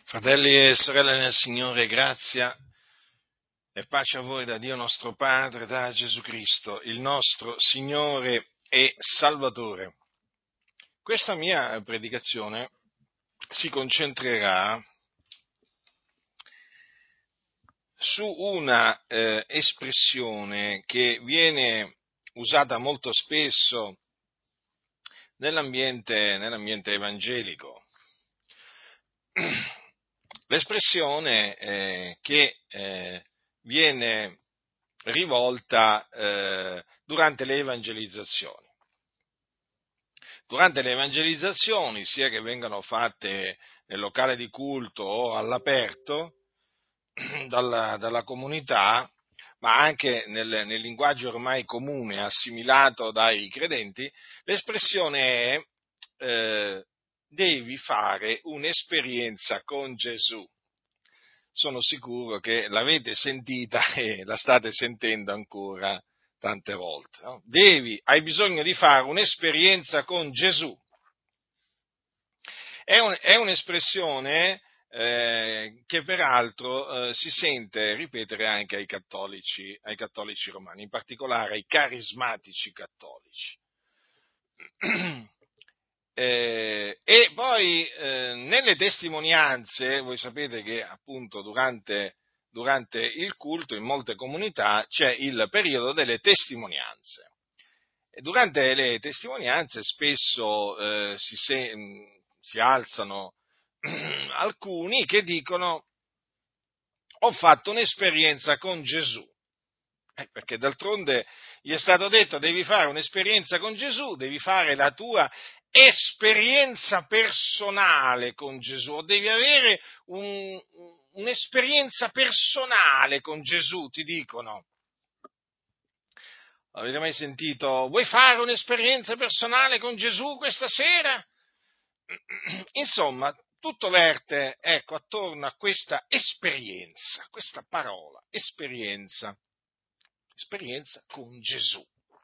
Fratelli e sorelle nel Signore, grazia e pace a voi da Dio nostro Padre, da Gesù Cristo, il nostro Signore e Salvatore. Questa mia predicazione si concentrerà su una espressione che viene usata molto spesso nell'ambiente evangelico. L'espressione che viene rivolta durante le evangelizzazioni. Durante le evangelizzazioni, sia che vengano fatte nel locale di culto o all'aperto dalla comunità, ma anche nel linguaggio ormai comune, assimilato dai credenti, l'espressione è devi fare un'esperienza con Gesù. Sono sicuro che l'avete sentita e la state sentendo ancora tante volte. No? Hai bisogno di fare un'esperienza con Gesù. È un'espressione che peraltro si sente ripetere anche ai cattolici romani, in particolare ai carismatici cattolici. E poi nelle testimonianze, voi sapete che appunto durante il culto in molte comunità c'è il periodo delle testimonianze. E durante le testimonianze spesso si alzano alcuni che dicono: ho fatto un'esperienza con Gesù. Perché d'altronde gli è stato detto: devi fare un'esperienza con Gesù, devi fare la tua esperienza personale con Gesù, o devi avere un'esperienza personale con Gesù, ti dicono. Avete mai sentito? Vuoi fare un'esperienza personale con Gesù questa sera? Insomma, tutto verte, attorno a questa esperienza, questa parola, esperienza con Gesù.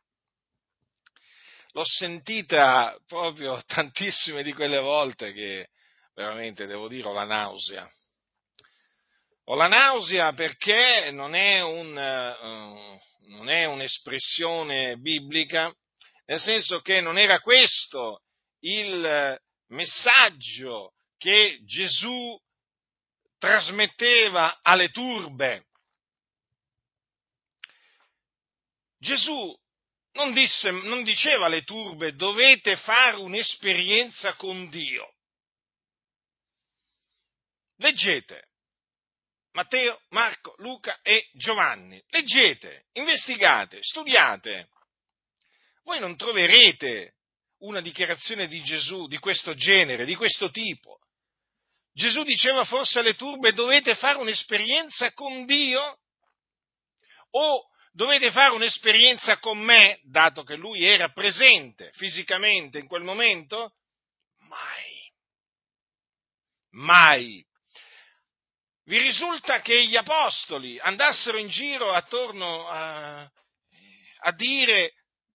L'ho sentita proprio tantissime di quelle volte che veramente, devo dire, ho la nausea. Ho la nausea perché non è un'espressione biblica, nel senso che non era questo il messaggio che Gesù trasmetteva alle turbe. Gesù non diceva alle turbe: dovete fare un'esperienza con Dio. Leggete Matteo, Marco, Luca e Giovanni. Leggete, investigate, studiate. Voi non troverete una dichiarazione di Gesù di questo genere, di questo tipo. Gesù diceva forse alle turbe: dovete fare un'esperienza con Dio? O dovete fare un'esperienza con me, dato che lui era presente fisicamente in quel momento? Mai. Vi risulta che gli apostoli andassero in giro attorno a dire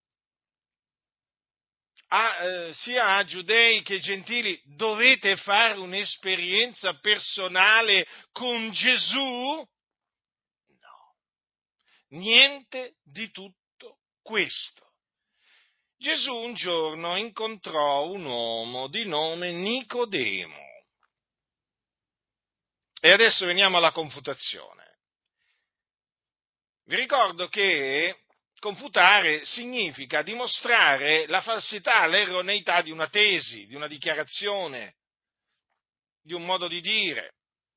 sia a giudei che gentili: dovete fare un'esperienza personale con Gesù? No, niente di tutto questo. Gesù un giorno incontrò un uomo di nome Nicodemo. E adesso veniamo alla confutazione. Vi ricordo che confutare significa dimostrare la falsità, l'erroneità di una tesi, di una dichiarazione, di un modo di dire.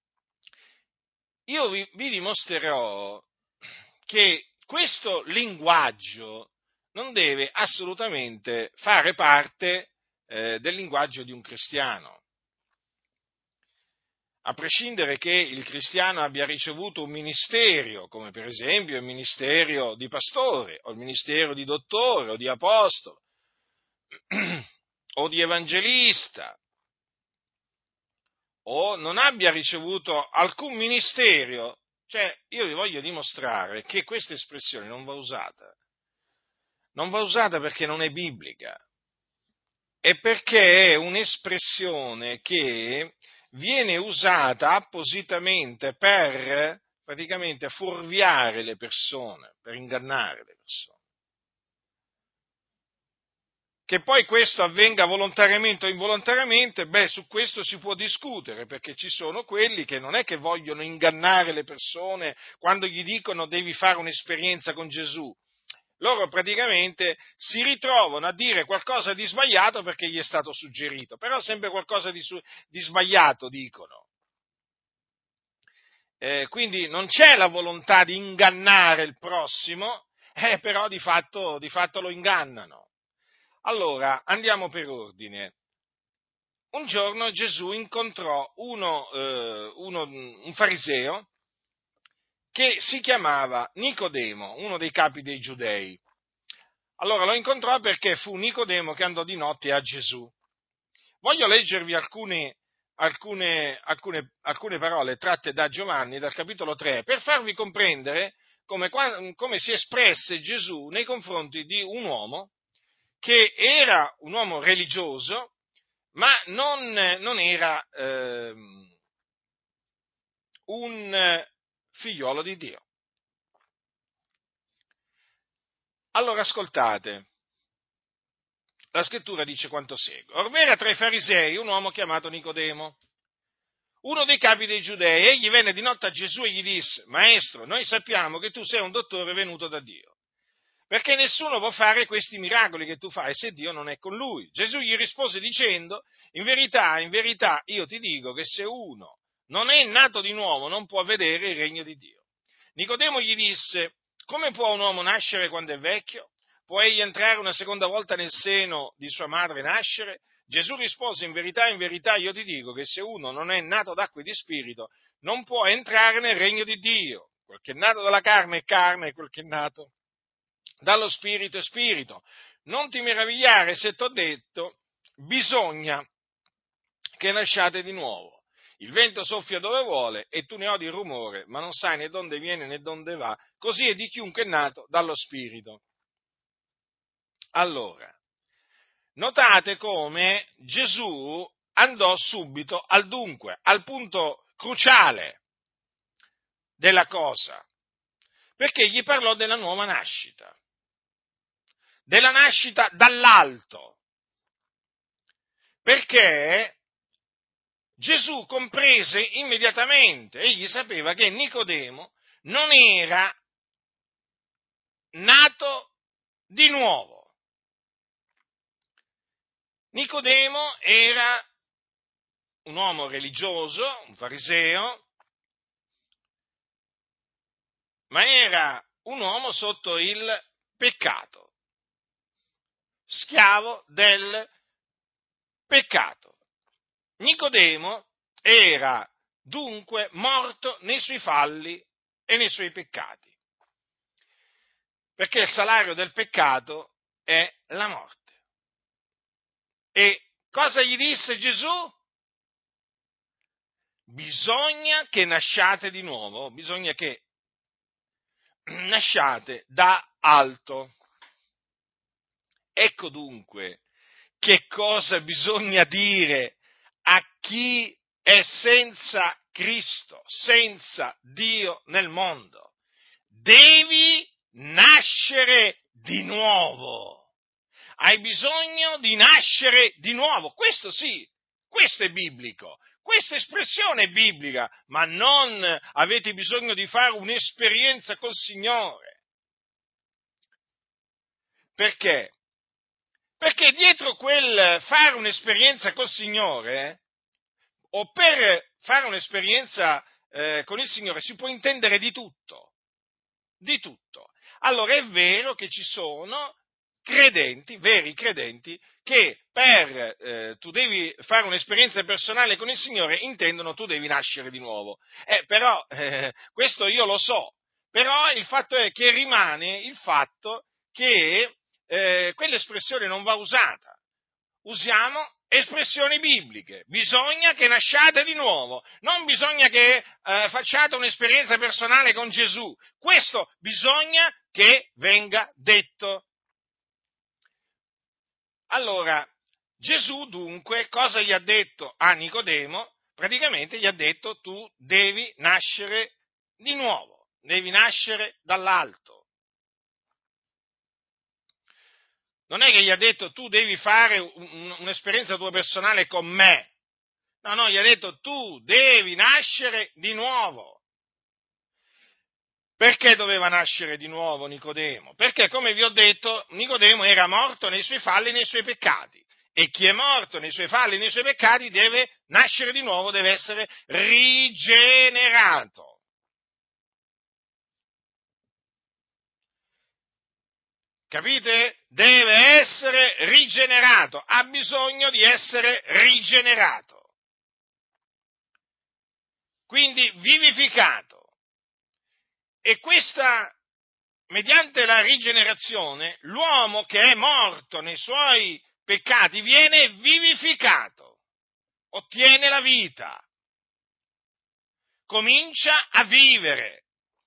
Io vi dimostrerò che questo linguaggio non deve assolutamente fare parte del linguaggio di un cristiano. A prescindere che il cristiano abbia ricevuto un ministero, come per esempio il ministero di pastore, o il ministero di dottore, o di apostolo, o di evangelista, o non abbia ricevuto alcun ministero, cioè io vi voglio dimostrare che questa espressione non va usata. Non va usata perché non è biblica. E perché è un'espressione che viene usata appositamente per praticamente fuorviare le persone, per ingannare le persone. Che poi questo avvenga volontariamente o involontariamente, su questo si può discutere, perché ci sono quelli che non è che vogliono ingannare le persone quando gli dicono devi fare un'esperienza con Gesù. Loro praticamente si ritrovano a dire qualcosa di sbagliato perché gli è stato suggerito, però sempre qualcosa di sbagliato dicono. Quindi non c'è la volontà di ingannare il prossimo, però di fatto lo ingannano. Allora, andiamo per ordine. Un giorno Gesù incontrò un fariseo che si chiamava Nicodemo, uno dei capi dei Giudei. Allora lo incontrò perché fu Nicodemo che andò di notte a Gesù. Voglio leggervi alcune parole tratte da Giovanni, dal capitolo 3, per farvi comprendere come si espresse Gesù nei confronti di un uomo che era un uomo religioso, ma non era un figliolo di Dio. Allora ascoltate, la scrittura dice quanto segue. Ormai era tra i farisei un uomo chiamato Nicodemo, uno dei capi dei Giudei. Egli venne di notte a Gesù e gli disse: Maestro, noi sappiamo che tu sei un dottore venuto da Dio, perché nessuno può fare questi miracoli che tu fai se Dio non è con lui. Gesù gli rispose dicendo: in verità, io ti dico che se uno non è nato di nuovo non può vedere il regno di Dio. Nicodemo gli disse: come può un uomo nascere quando è vecchio? Può egli entrare una seconda volta nel seno di sua madre e nascere? Gesù rispose: in verità, io ti dico che se uno non è nato d'acqua e di spirito non può entrare nel regno di Dio. Quel che è nato dalla carne è carne, e quel che è nato dallo spirito è spirito. Non ti meravigliare se t'ho detto, bisogna che nasciate di nuovo. Il vento soffia dove vuole e tu ne odi il rumore, ma non sai né dove viene né dove va. Così è di chiunque è nato dallo spirito. Allora, notate come Gesù andò subito al dunque, al punto cruciale della cosa, perché gli parlò della nuova nascita, della nascita dall'alto, perché Gesù comprese immediatamente, egli sapeva che Nicodemo non era nato di nuovo. Nicodemo era un uomo religioso, un fariseo, ma era un uomo sotto il peccato, schiavo del peccato. Nicodemo era dunque morto nei suoi falli e nei suoi peccati, perché il salario del peccato è la morte. E cosa gli disse Gesù? Bisogna che nasciate di nuovo, bisogna che nasciate da alto. Ecco dunque che cosa bisogna dire a chi è senza Cristo, senza Dio nel mondo. Devi nascere di nuovo. Hai bisogno di nascere di nuovo. Questo sì, questo è biblico. Questa espressione è biblica, ma non avete bisogno di fare un'esperienza col Signore. Perché? Perché dietro quel fare un'esperienza col Signore, o per fare un'esperienza con il Signore, si può intendere di tutto. Di tutto. Allora è vero che ci sono credenti, veri credenti, che tu devi fare un'esperienza personale con il Signore, intendono tu devi nascere di nuovo. Però questo io lo so, però il fatto è che rimane il fatto che quell'espressione non va usata. Usiamo espressioni bibliche. Bisogna che nasciate di nuovo, non bisogna che facciate un'esperienza personale con Gesù. Questo bisogna che venga detto. Allora, Gesù dunque cosa gli ha detto a Nicodemo? praticamente gli ha detto: tu devi nascere di nuovo, devi nascere dall'alto. Non è che gli ha detto: tu devi fare un'esperienza tua personale con me. No, gli ha detto: tu devi nascere di nuovo. Perché doveva nascere di nuovo Nicodemo? Perché, come vi ho detto, Nicodemo era morto nei suoi falli e nei suoi peccati. E chi è morto nei suoi falli e nei suoi peccati deve nascere di nuovo, deve essere rigenerato. Capite? Deve essere rigenerato, ha bisogno di essere rigenerato. Quindi vivificato. E questa, mediante la rigenerazione, l'uomo che è morto nei suoi peccati viene vivificato, ottiene la vita, comincia a vivere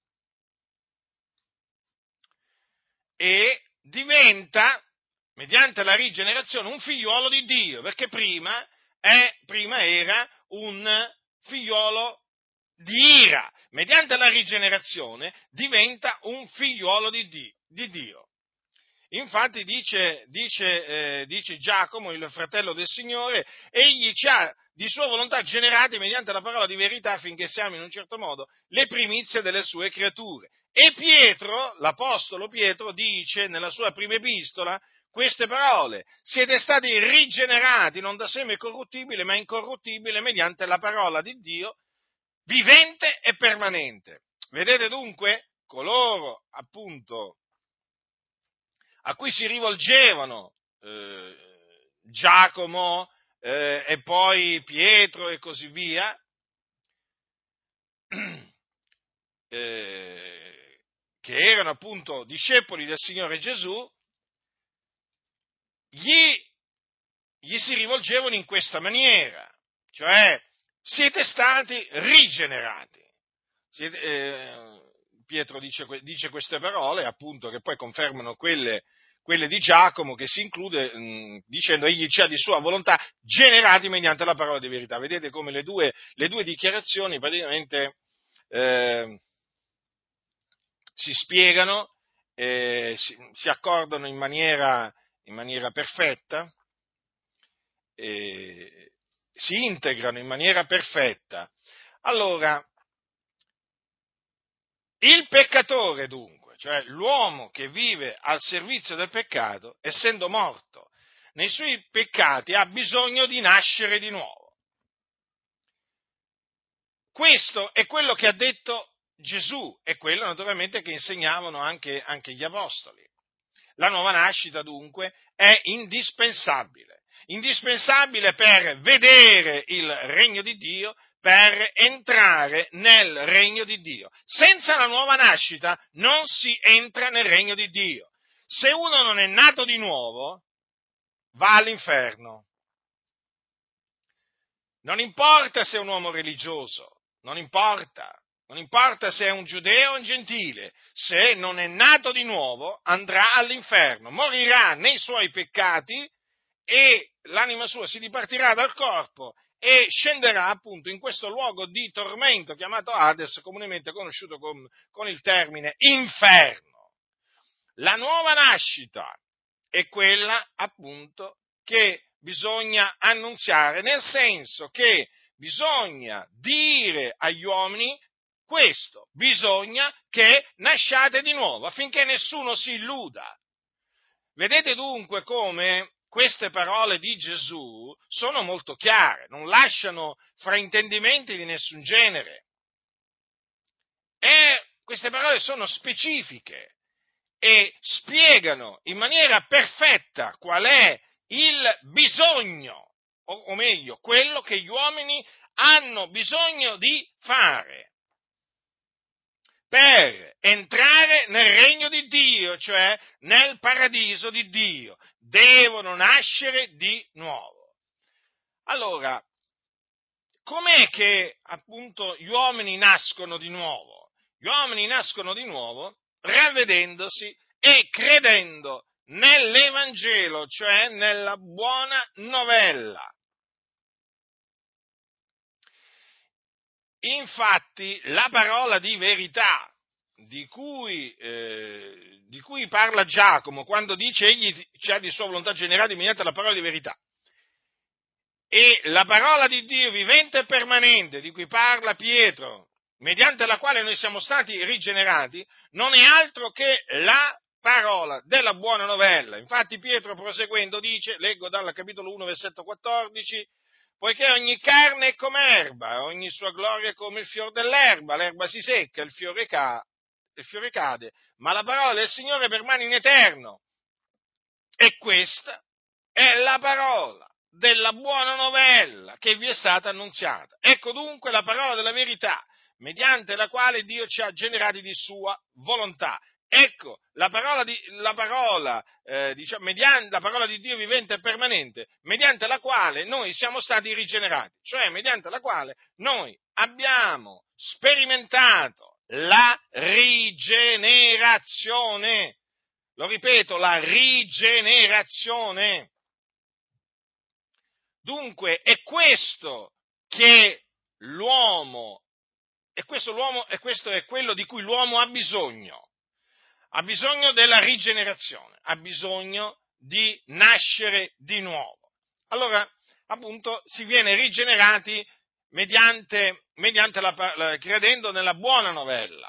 e diventa, mediante la rigenerazione, un figliuolo di Dio, perché prima era un figliuolo di ira. Mediante la rigenerazione diventa un figliuolo di Dio. Infatti dice Giacomo, il fratello del Signore: egli ci ha di sua volontà generati mediante la parola di verità, affinché siamo in un certo modo le primizie delle sue creature. E Pietro, l'apostolo Pietro, dice nella sua prima epistola queste parole: siete stati rigenerati non da seme corruttibile, ma incorruttibile, mediante la parola di Dio, vivente e permanente. Vedete dunque, coloro appunto a cui si rivolgevano Giacomo e poi Pietro e così via, che erano appunto discepoli del Signore Gesù, gli si rivolgevano in questa maniera, cioè: siete stati rigenerati. Pietro dice queste parole, appunto, che poi confermano quelle di Giacomo, che si include dicendo: egli ci ha di sua volontà generati mediante la parola di verità. Vedete come le due dichiarazioni praticamente si spiegano, si accordano in maniera perfetta, si integrano in maniera perfetta. Allora, il peccatore dunque, cioè l'uomo che vive al servizio del peccato, essendo morto nei suoi peccati, ha bisogno di nascere di nuovo. Questo è quello che ha detto Gesù, e quello naturalmente che insegnavano anche gli apostoli. La nuova nascita dunque è indispensabile per vedere il regno di Dio, per entrare nel regno di Dio. Senza la nuova nascita non si entra nel regno di Dio. Se uno non è nato di nuovo, va all'inferno. Non importa se è un uomo religioso, non importa se è un giudeo o un gentile, se non è nato di nuovo andrà all'inferno, morirà nei suoi peccati e l'anima sua si dipartirà dal corpo e scenderà appunto in questo luogo di tormento chiamato Hades, comunemente conosciuto con il termine inferno. La nuova nascita è quella appunto che bisogna annunziare, nel senso che bisogna dire agli uomini questo: bisogna che nasciate di nuovo, affinché nessuno si illuda. Vedete dunque come queste parole di Gesù sono molto chiare, non lasciano fraintendimenti di nessun genere. E queste parole sono specifiche e spiegano in maniera perfetta qual è il bisogno, o meglio, quello che gli uomini hanno bisogno di fare per entrare nel regno di Dio, cioè nel paradiso di Dio. Devono nascere di nuovo. Allora, com'è che appunto gli uomini nascono di nuovo? Gli uomini nascono di nuovo ravvedendosi e credendo nell'Evangelo, cioè nella buona novella. Infatti, la parola di verità di cui parla Giacomo quando dice egli ci ha di sua volontà generati mediante la parola di verità, e la parola di Dio vivente e permanente di cui parla Pietro, mediante la quale noi siamo stati rigenerati, non è altro che la parola della buona novella. Infatti Pietro, proseguendo, dice, leggo dal capitolo 1, versetto 14, poiché ogni carne è come erba, ogni sua gloria è come il fior dell'erba, l'erba si secca, il fiore cade, ma la parola del Signore permane in eterno. E questa è la parola della buona novella che vi è stata annunziata. Ecco dunque la parola della verità, mediante la quale Dio ci ha generati di sua volontà. Ecco la parola mediante la parola di Dio vivente e permanente, mediante la quale noi siamo stati rigenerati, cioè mediante la quale noi abbiamo sperimentato la rigenerazione. Lo ripeto, la rigenerazione. Dunque è questo che l'uomo, e questo è quello di cui l'uomo ha bisogno della rigenerazione, ha bisogno di nascere di nuovo. Allora, appunto, si viene rigenerati credendo nella buona novella,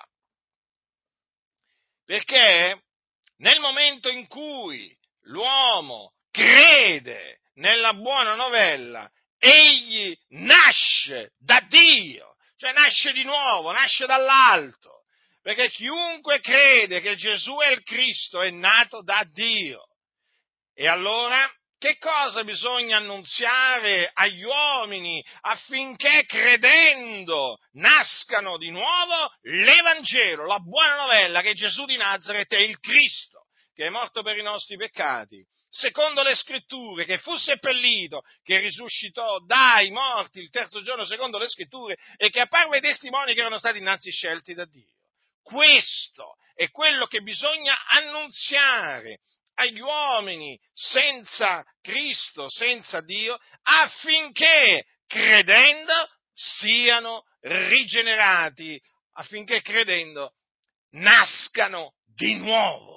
perché nel momento in cui l'uomo crede nella buona novella, egli nasce da Dio, cioè nasce di nuovo, nasce dall'alto, perché chiunque crede che Gesù è il Cristo è nato da Dio. E allora che cosa bisogna annunziare agli uomini affinché credendo nascano di nuovo? L'Evangelo, la buona novella che Gesù di Nazaret è il Cristo, che è morto per i nostri peccati, secondo le scritture, che fu seppellito, che risuscitò dai morti il terzo giorno secondo le scritture e che apparve ai testimoni che erano stati innanzi scelti da Dio. Questo è quello che bisogna annunziare agli uomini senza Cristo, senza Dio, affinché credendo siano rigenerati, affinché credendo nascano di nuovo.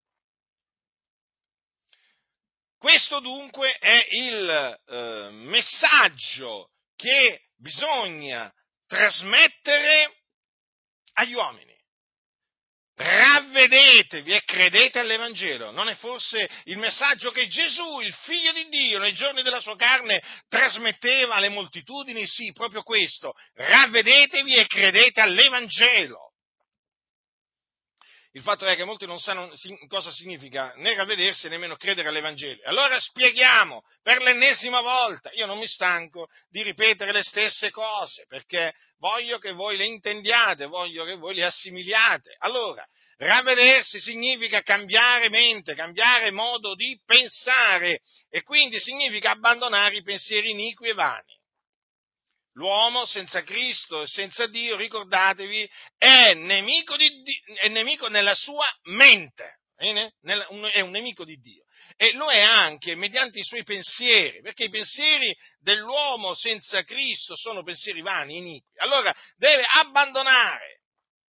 Questo dunque è il messaggio che bisogna trasmettere agli uomini. Ravvedetevi e credete all'Evangelo. Non è forse il messaggio che Gesù, il Figlio di Dio, nei giorni della sua carne trasmetteva alle moltitudini? Sì, proprio questo. Ravvedetevi e credete all'Evangelo. Il fatto è che molti non sanno cosa significa né ravvedersi né nemmeno credere all'Evangelo. Allora spieghiamo per l'ennesima volta. Io non mi stanco di ripetere le stesse cose, perché voglio che voi le intendiate, voglio che voi le assimiliate. Allora, ravvedersi significa cambiare mente, cambiare modo di pensare, e quindi significa abbandonare i pensieri iniqui e vani. L'uomo senza Cristo e senza Dio, ricordatevi, è nemico nella sua mente, è un nemico di Dio. E lo è anche mediante i suoi pensieri, perché i pensieri dell'uomo senza Cristo sono pensieri vani, iniqui. Allora deve abbandonare.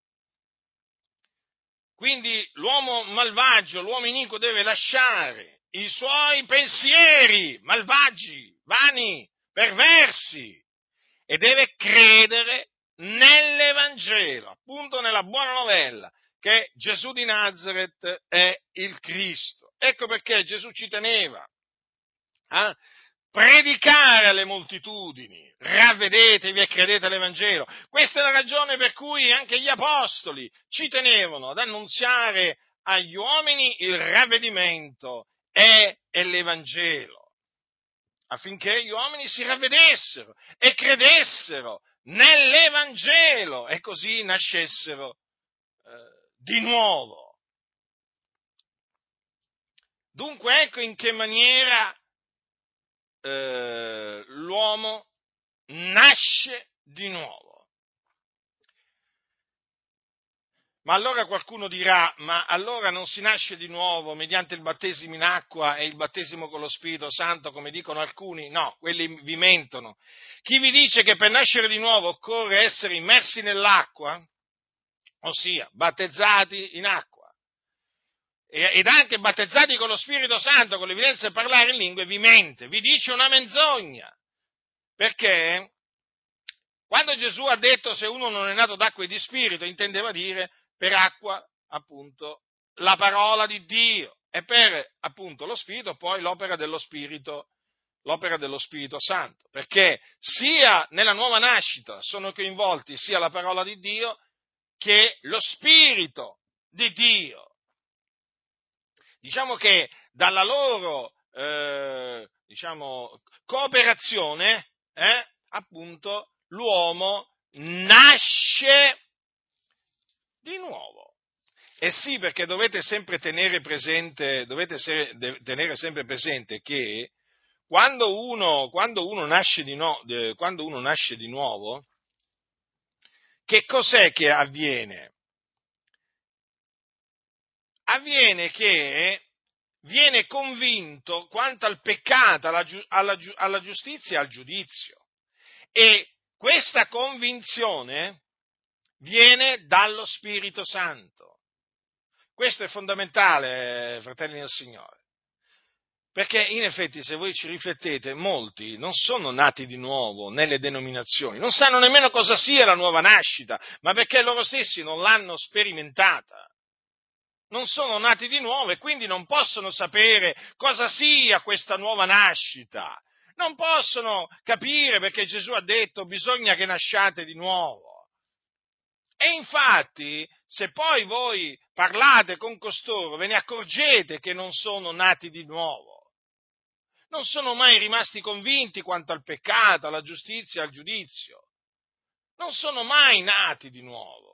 Quindi l'uomo malvagio, l'uomo iniquo deve lasciare i suoi pensieri malvagi, vani, perversi, e deve credere nell'Evangelo, appunto nella buona novella, che Gesù di Nazaret è il Cristo. Ecco perché Gesù ci teneva a predicare alle moltitudini: ravvedetevi e credete all'Evangelo. Questa è la ragione per cui anche gli apostoli ci tenevano ad annunziare agli uomini il ravvedimento e l'Evangelo, affinché gli uomini si ravvedessero e credessero nell'Evangelo e così nascessero di nuovo. Dunque ecco in che maniera l'uomo nasce di nuovo. Ma allora qualcuno dirà, ma allora non si nasce di nuovo mediante il battesimo in acqua e il battesimo con lo Spirito Santo, come dicono alcuni? No, quelli vi mentono. Chi vi dice che per nascere di nuovo occorre essere immersi nell'acqua, ossia battezzati in acqua, ed anche battezzati con lo Spirito Santo, con l'evidenza di parlare in lingue, vi mente, vi dice una menzogna. Perché quando Gesù ha detto se uno non è nato d'acqua e di Spirito, intendeva dire per acqua, appunto, la parola di Dio, e per, appunto, lo Spirito poi l'opera dello Spirito Santo, perché sia nella nuova nascita sono coinvolti sia la parola di Dio che lo Spirito di Dio. Diciamo che dalla loro cooperazione, appunto, l'uomo nasce di nuovo. E sì, perché dovete tenere sempre presente che quando uno nasce di nuovo, che cos'è che avviene? Avviene che viene convinto quanto al peccato, alla giustizia e al giudizio. E questa convinzione viene dallo Spirito Santo. Questo è fondamentale, fratelli del Signore. Perché in effetti, se voi ci riflettete, molti non sono nati di nuovo nelle denominazioni, non sanno nemmeno cosa sia la nuova nascita, ma perché loro stessi non l'hanno sperimentata. Non sono nati di nuovo e quindi non possono sapere cosa sia questa nuova nascita. Non possono capire perché Gesù ha detto bisogna che nasciate di nuovo. E infatti, se poi voi parlate con costoro, ve ne accorgete che non sono nati di nuovo. Non sono mai rimasti convinti quanto al peccato, alla giustizia, al giudizio. Non sono mai nati di nuovo.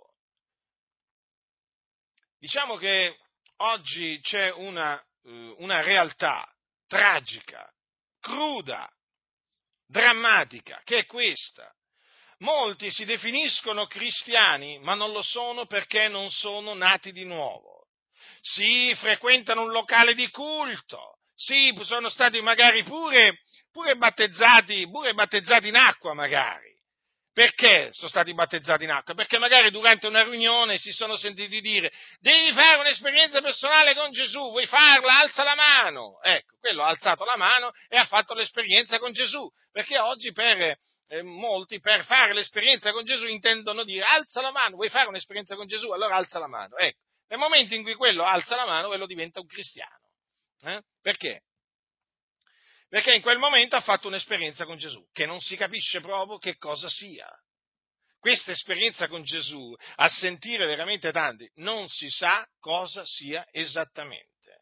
Diciamo che oggi c'è una realtà tragica, cruda, drammatica, che è questa. Molti si definiscono cristiani, ma non lo sono perché non sono nati di nuovo. Sì, frequentano un locale di culto, sì, sono stati magari pure battezzati in acqua magari. Perché sono stati battezzati in acqua? Perché magari durante una riunione si sono sentiti dire devi fare un'esperienza personale con Gesù, vuoi farla? Alza la mano. Ecco, quello ha alzato la mano e ha fatto l'esperienza con Gesù, perché oggi molti per fare l'esperienza con Gesù intendono dire alza la mano, vuoi fare un'esperienza con Gesù? Allora alza la mano. Ecco, nel momento in cui quello alza la mano, quello diventa un cristiano. Perché? Perché in quel momento ha fatto un'esperienza con Gesù, che non si capisce proprio che cosa sia. Questa esperienza con Gesù, a sentire veramente tanti, non si sa cosa sia esattamente.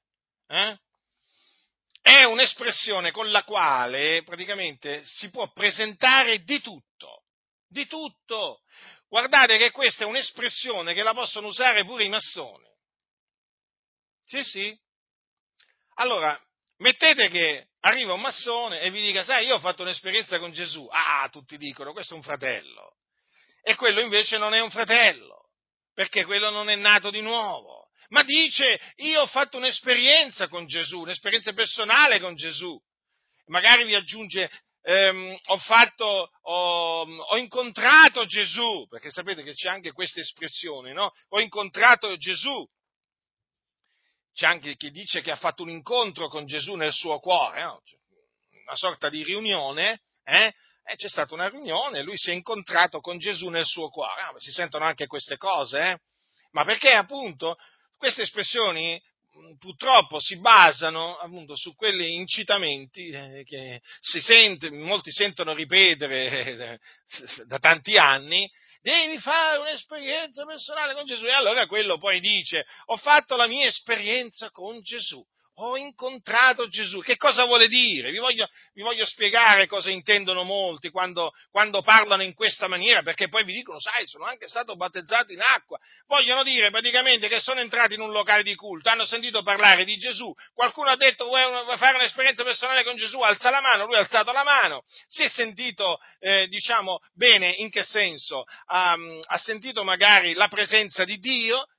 È un'espressione con la quale praticamente si può presentare di tutto, di tutto. Guardate che questa è un'espressione che la possono usare pure i massoni. Sì, sì. Allora, mettete che arriva un massone e vi dica, sai, io ho fatto un'esperienza con Gesù. Ah, tutti dicono, questo è un fratello. E quello invece non è un fratello, perché quello non è nato di nuovo. Ma dice, io ho fatto un'esperienza con Gesù, un'esperienza personale con Gesù. Magari vi aggiunge, ho incontrato Gesù, perché sapete che c'è anche questa espressione, no? Ho incontrato Gesù. C'è anche chi dice che ha fatto un incontro con Gesù nel suo cuore, no? Una sorta di riunione, e c'è stata una riunione, lui si è incontrato con Gesù nel suo cuore. Si sentono anche queste cose, ma perché appunto queste espressioni purtroppo si basano appunto su quegli incitamenti che molti sentono ripetere da tanti anni. Devi fare un'esperienza personale con Gesù. E allora quello poi dice, ho fatto la mia esperienza con Gesù. Ho incontrato Gesù. Che cosa vuole dire? Vi voglio spiegare cosa intendono molti quando parlano in questa maniera, perché poi vi dicono, sai, sono anche stato battezzato in acqua. Vogliono dire praticamente che sono entrati in un locale di culto, hanno sentito parlare di Gesù, qualcuno ha detto vuoi fare un'esperienza personale con Gesù, alza la mano, lui ha alzato la mano, si è sentito, bene, in che senso? Ha sentito magari la presenza di Dio,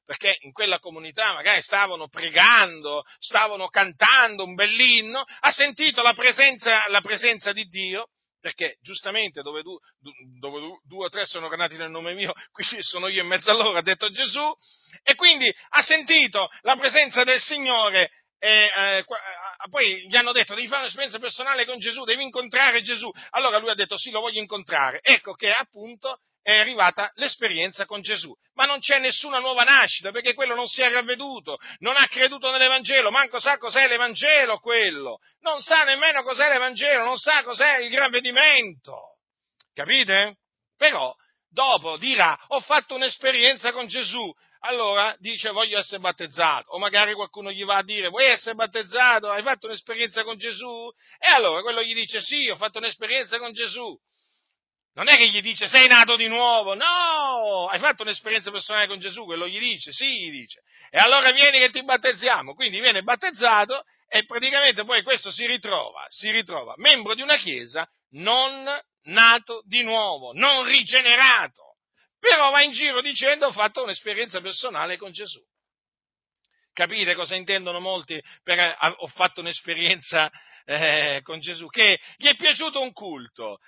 perché in quella comunità magari stavano pregando, stavano cantando un bell'inno, ha sentito la presenza di Dio, perché giustamente dove due o tre sono radunati nel nome mio, qui sono io in mezzo a loro, ha detto Gesù, e quindi ha sentito la presenza del Signore. Poi gli hanno detto: devi fare un'esperienza personale con Gesù, devi incontrare Gesù. Allora lui ha detto: sì, lo voglio incontrare. Ecco che appunto è arrivata l'esperienza con Gesù. Ma non c'è nessuna nuova nascita, perché quello non si è ravveduto, non ha creduto nell'Evangelo, manco sa cos'è l'Evangelo quello, non sa nemmeno cos'è l'Evangelo, non sa cos'è il ravvedimento. Capite? Però dopo dirà: ho fatto un'esperienza con Gesù. Allora dice: voglio essere battezzato. O magari qualcuno gli va a dire: vuoi essere battezzato? Hai fatto un'esperienza con Gesù? E allora quello gli dice: sì, ho fatto un'esperienza con Gesù. Non è che gli dice: sei nato di nuovo. No! Hai fatto un'esperienza personale con Gesù? Quello gli dice: sì, gli dice. E allora vieni che ti battezziamo. Quindi viene battezzato e praticamente poi questo si ritrova membro di una chiesa non nato di nuovo, non rigenerato. Però va in giro dicendo: ho fatto un'esperienza personale con Gesù. Capite cosa intendono molti per ho fatto un'esperienza con Gesù? Che gli è piaciuto un culto,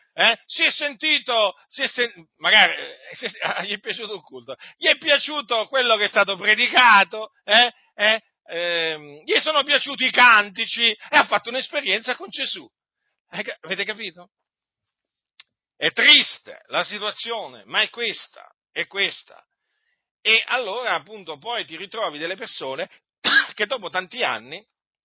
magari gli è piaciuto un culto, gli è piaciuto quello che è stato predicato, gli sono piaciuti i cantici e ha fatto un'esperienza con Gesù. Avete capito? È triste la situazione, ma è questa, è questa. E allora appunto poi ti ritrovi delle persone che dopo tanti anni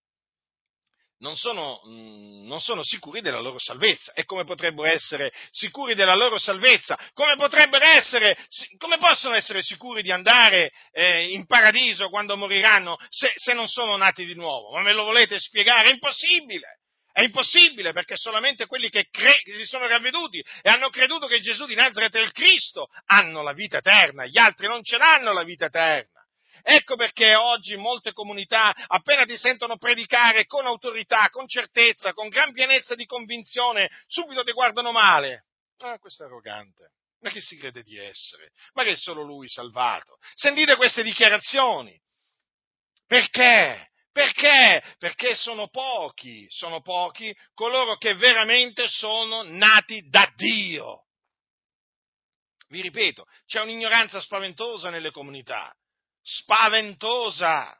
non sono sicuri della loro salvezza. E come potrebbero essere sicuri della loro salvezza? Come possono essere sicuri di andare in paradiso quando moriranno se non sono nati di nuovo? Ma me lo volete spiegare? È impossibile! È impossibile, perché solamente quelli che si sono ravveduti e hanno creduto che Gesù di Nazaret è il Cristo hanno la vita eterna, gli altri non ce l'hanno la vita eterna. Ecco perché oggi in molte comunità, appena ti sentono predicare con autorità, con certezza, con gran pienezza di convinzione, subito ti guardano male. Ah, questo è arrogante. Ma chi si crede di essere? Ma che è solo lui salvato? Sentite queste dichiarazioni. Perché? Perché? Perché sono pochi coloro che veramente sono nati da Dio. Vi ripeto, c'è un'ignoranza spaventosa nelle comunità, spaventosa.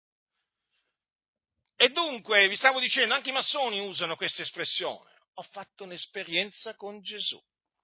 E dunque, vi stavo dicendo, anche i massoni usano questa espressione: ho fatto un'esperienza con Gesù.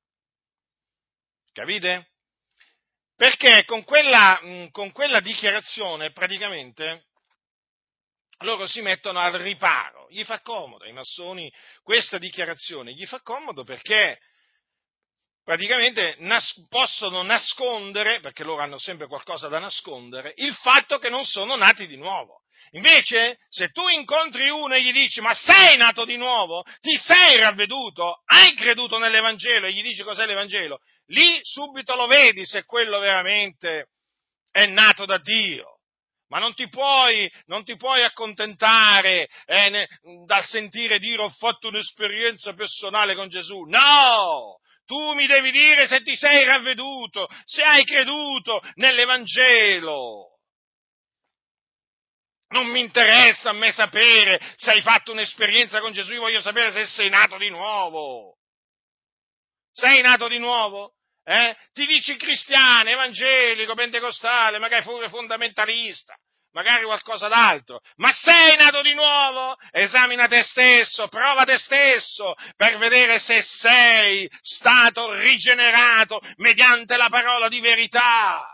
Capite? Perché con quella dichiarazione praticamente loro si mettono al riparo, gli fa comodo ai massoni questa dichiarazione, gli fa comodo perché praticamente possono nascondere, perché loro hanno sempre qualcosa da nascondere, il fatto che non sono nati di nuovo. Invece, se tu incontri uno e gli dici: ma sei nato di nuovo? Ti sei ravveduto? Hai creduto nell'Evangelo? E gli dici cos'è l'Evangelo? Lì subito lo vedi se quello veramente è nato da Dio. Ma non ti puoi accontentare dal sentire dire: ho fatto un'esperienza personale con Gesù. No! Tu mi devi dire se ti sei ravveduto, se hai creduto nell'Evangelo. Non mi interessa a me sapere se hai fatto un'esperienza con Gesù, io voglio sapere se sei nato di nuovo. Sei nato di nuovo? Ti dici cristiano, evangelico, pentecostale, magari pure fondamentalista, magari qualcosa d'altro, ma sei nato di nuovo? Esamina te stesso, prova te stesso per vedere se sei stato rigenerato mediante la parola di verità.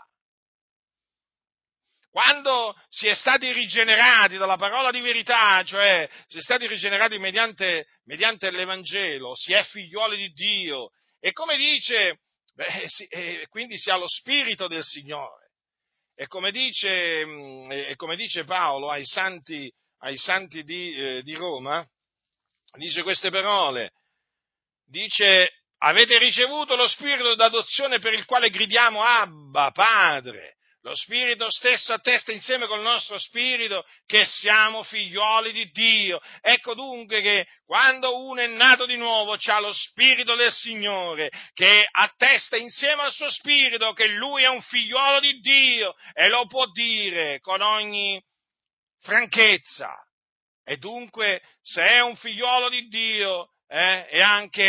Quando si è stati rigenerati dalla parola di verità, cioè si è stati rigenerati mediante l'Evangelo, si è figliuoli di Dio, e come dice, quindi si ha lo Spirito del Signore. E come dice Paolo ai santi di Roma, dice queste parole, dice: avete ricevuto lo Spirito d'adozione per il quale gridiamo Abba, Padre. Lo Spirito stesso attesta insieme col nostro spirito che siamo figlioli di Dio. Ecco dunque che quando uno è nato di nuovo c'ha lo Spirito del Signore che attesta insieme al suo spirito che lui è un figliolo di Dio e lo può dire con ogni franchezza. E dunque, se è un figliolo di Dio, è anche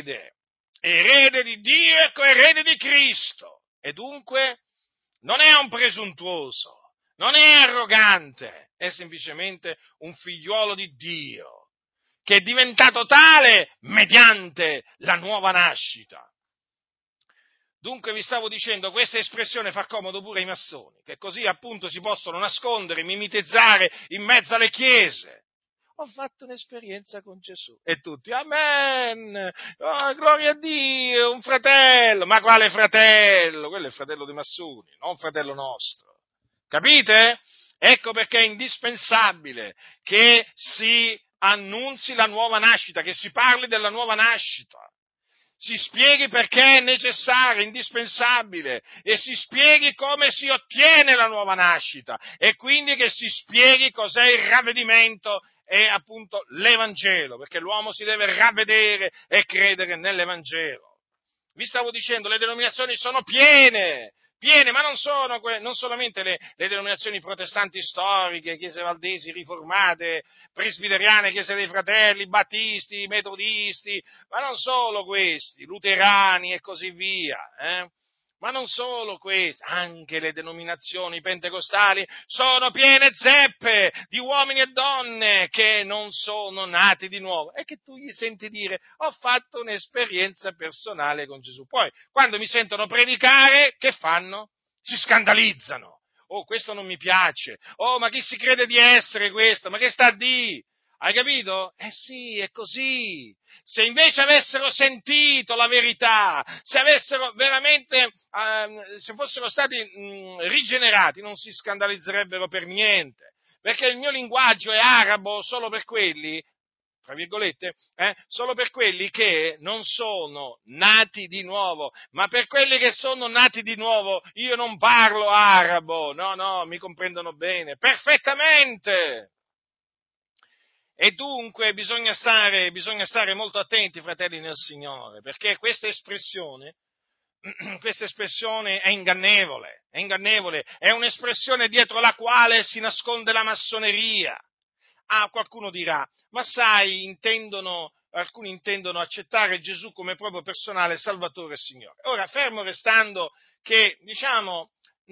erede di Dio e coerede di Cristo. E dunque non è un presuntuoso, non è arrogante, è semplicemente un figliuolo di Dio, che è diventato tale mediante la nuova nascita. Dunque vi stavo dicendo, questa espressione fa comodo pure ai massoni, che così appunto si possono nascondere, mimetizzare in mezzo alle chiese. Ho fatto un'esperienza con Gesù. E tutti, amen, oh, gloria a Dio, un fratello. Ma quale fratello? Quello è il fratello dei massoni, non un fratello nostro. Capite? Ecco perché è indispensabile che si annunzi la nuova nascita, che si parli della nuova nascita. Si spieghi perché è necessario, indispensabile, e si spieghi come si ottiene la nuova nascita, e quindi che si spieghi cos'è il ravvedimento e appunto l'Evangelo, perché l'uomo si deve ravvedere e credere nell'Evangelo. Vi stavo dicendo, le denominazioni sono piene, ma non solamente le denominazioni protestanti storiche, chiese valdesi, riformate, presbiteriane, chiese dei fratelli, battisti, metodisti, ma non solo questi, luterani e così via, Ma non solo questi, anche le denominazioni pentecostali sono piene zeppe di uomini e donne che non sono nati di nuovo e che tu gli senti dire ho fatto un'esperienza personale con Gesù. Poi, quando mi sentono predicare, che fanno? Si scandalizzano. Oh, questo non mi piace. Oh, ma chi si crede di essere questo? Ma che sta a dire? Hai capito? Eh sì, è così. Se invece avessero sentito la verità, se avessero veramente, se fossero stati rigenerati, non si scandalizzerebbero per niente, perché il mio linguaggio è arabo solo per quelli, tra virgolette, solo per quelli che non sono nati di nuovo, ma per quelli che sono nati di nuovo io non parlo arabo, no, mi comprendono bene, perfettamente. E dunque bisogna stare molto attenti, fratelli nel Signore, perché questa espressione è ingannevole, è un'espressione dietro la quale si nasconde la massoneria. Ah, qualcuno dirà, ma sai, alcuni intendono accettare Gesù come proprio personale Salvatore e Signore. Ora, fermo restando che, diciamo,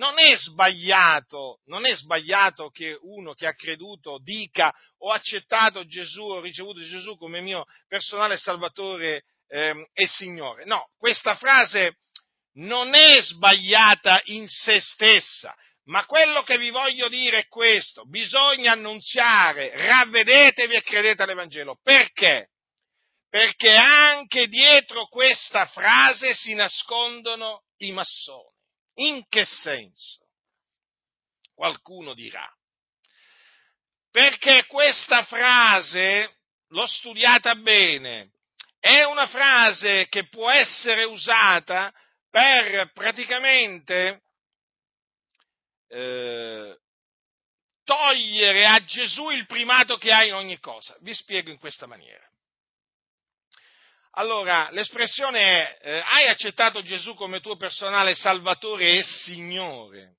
non è sbagliato che uno che ha creduto dica ho accettato Gesù, ho ricevuto Gesù come mio personale Salvatore e Signore. No, questa frase non è sbagliata in se stessa, ma quello che vi voglio dire è questo: bisogna annunziare, ravvedetevi e credete all'Evangelo. Perché? Perché anche dietro questa frase si nascondono i massoni. In che senso? Qualcuno dirà. Perché questa frase, l'ho studiata bene, è una frase che può essere usata per praticamente togliere a Gesù il primato che ha in ogni cosa. Vi spiego in questa maniera. Allora, l'espressione è hai accettato Gesù come tuo personale Salvatore e Signore.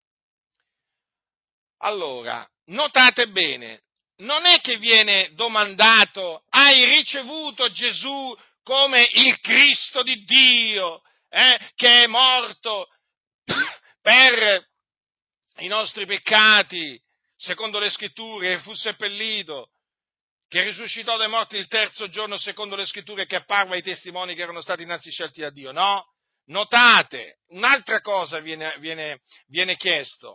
Allora, notate bene, non è che viene domandato hai ricevuto Gesù come il Cristo di Dio, che è morto per i nostri peccati, secondo le scritture, e fu seppellito, che risuscitò dai morti il terzo giorno, secondo le scritture, che apparve ai testimoni che erano stati innanzi scelti da Dio. No, notate, un'altra cosa viene chiesto,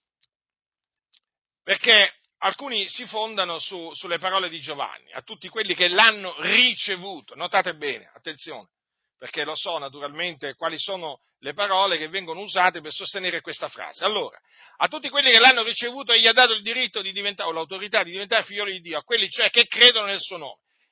perché alcuni si fondano sulle parole di Giovanni, a tutti quelli che l'hanno ricevuto. Notate bene, attenzione, perché lo so naturalmente quali sono le parole che vengono usate per sostenere questa frase. Allora, a tutti quelli che l'hanno ricevuto egli ha dato il diritto di diventare, o l'autorità di diventare figlioli di Dio, a quelli cioè che credono nel suo nome.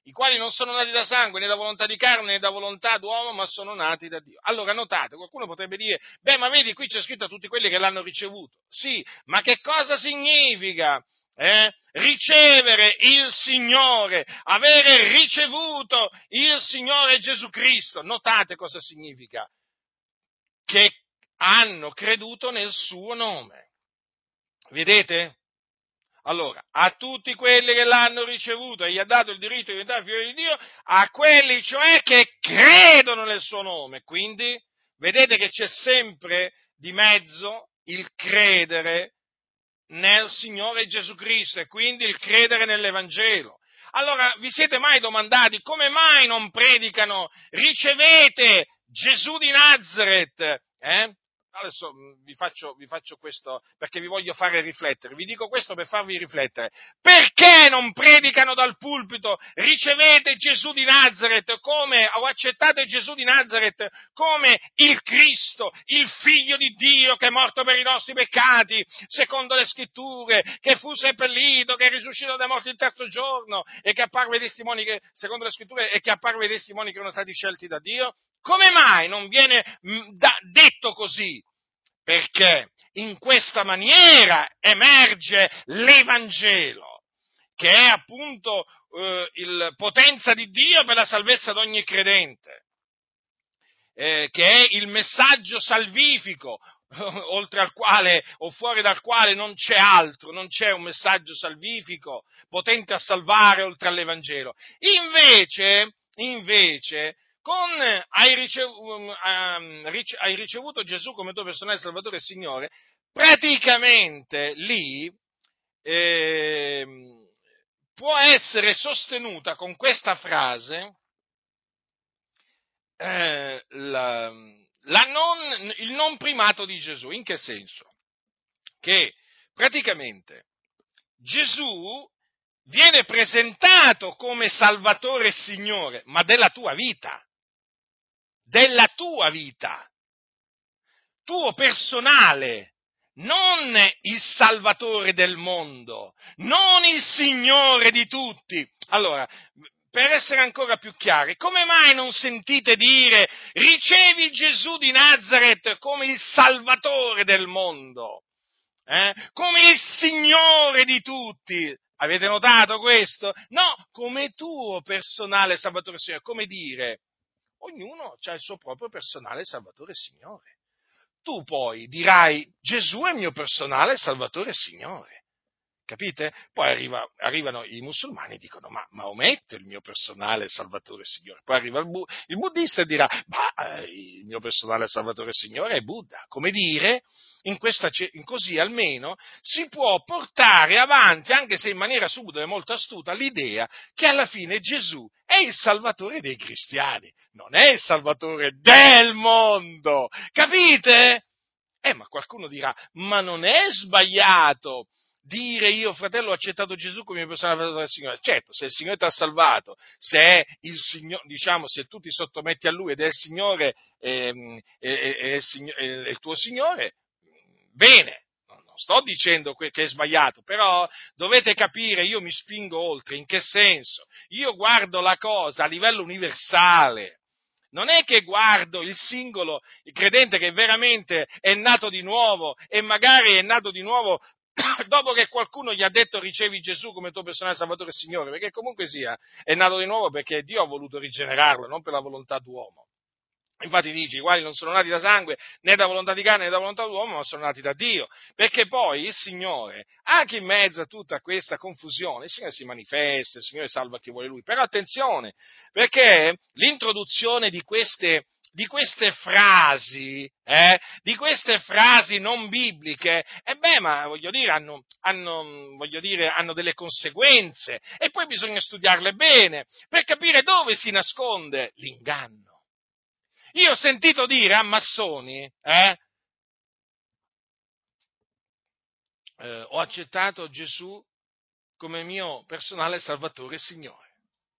i quali non sono nati da sangue, né da volontà di carne, né da volontà d'uomo, ma sono nati da Dio. Allora notate, qualcuno potrebbe dire, ma vedi, qui c'è scritto a tutti quelli che l'hanno ricevuto. Sì, ma che cosa significa? Ricevere il Signore, avere ricevuto il Signore Gesù Cristo. Notate cosa significa? Che hanno creduto nel suo nome. Vedete? Allora, a tutti quelli che l'hanno ricevuto e gli ha dato il diritto di diventare figli di Dio, a quelli cioè che credono nel suo nome. Quindi, vedete che c'è sempre di mezzo il credere nel Signore Gesù Cristo e quindi il credere nell'Evangelo. Allora, vi siete mai domandati come mai non predicano ricevete Gesù di Nazaret? Adesso vi faccio questo perché vi voglio fare riflettere, vi dico questo per farvi riflettere. Perché non predicano dal pulpito ricevete Gesù di Nazaret o accettate Gesù di Nazaret come il Cristo, il Figlio di Dio che è morto per i nostri peccati, secondo le Scritture, che fu seppellito, che risuscitò dai morti il terzo giorno e che apparve ai testimoni secondo le Scritture, e che apparve ai testimoni che erano stati scelti da Dio? Come mai non viene detto così? Perché in questa maniera emerge l'Evangelo, che è appunto il potenza di Dio per la salvezza di ogni credente, che è il messaggio salvifico, oltre al quale o fuori dal quale non c'è altro, non c'è un messaggio salvifico potente a salvare oltre all'Evangelo. Invece hai ricevuto Gesù come tuo personale Salvatore e Signore, praticamente lì può essere sostenuta con questa frase il non primato di Gesù. In che senso? Che praticamente Gesù viene presentato come Salvatore e Signore, ma della tua vita, tuo personale, non il Salvatore del mondo, non il Signore di tutti. Allora, per essere ancora più chiari, come mai non sentite dire ricevi Gesù di Nazaret come il Salvatore del mondo, come il Signore di tutti? Avete notato questo? No, come tuo personale Salvatore e Signore, come dire, ognuno ha il suo proprio personale Salvatore e Signore. Tu poi dirai Gesù è il mio personale Salvatore e Signore. Capite? Poi arrivano i musulmani e dicono ma Maometto è il mio personale Salvatore e Signore. Poi arriva il buddista e dirà il mio personale Salvatore e Signore è Buddha. Come dire, così almeno si può portare avanti, anche se in maniera subdola e molto astuta, l'idea che alla fine Gesù è il Salvatore dei cristiani, non è il Salvatore del mondo. Capite? Ma qualcuno dirà, ma non è sbagliato dire io, fratello, ho accettato Gesù come mio personale Salvatore del Signore. Certo, se il Signore ti ha salvato, se è il Signore, diciamo, se tu ti sottometti a Lui ed è il Signore, è il tuo Signore, bene. Non sto dicendo che è sbagliato, però dovete capire, io mi spingo oltre. In che senso? Io guardo la cosa a livello universale. Non è che guardo il singolo il credente che veramente è nato di nuovo e magari è nato di nuovo dopo che qualcuno gli ha detto ricevi Gesù come tuo personale Salvatore e Signore, perché comunque sia è nato di nuovo perché Dio ha voluto rigenerarlo, non per la volontà d'uomo. Infatti dice, i quali non sono nati da sangue, né da volontà di carne, né da volontà d'uomo, ma sono nati da Dio. Perché poi il Signore, anche in mezzo a tutta questa confusione, il Signore si manifesta, il Signore salva chi vuole Lui. Però attenzione, perché l'introduzione di queste frasi non bibliche, ma voglio dire, hanno delle conseguenze, e poi bisogna studiarle bene, per capire dove si nasconde l'inganno. Io ho sentito dire a massoni, ho accettato Gesù come mio personale Salvatore e Signore.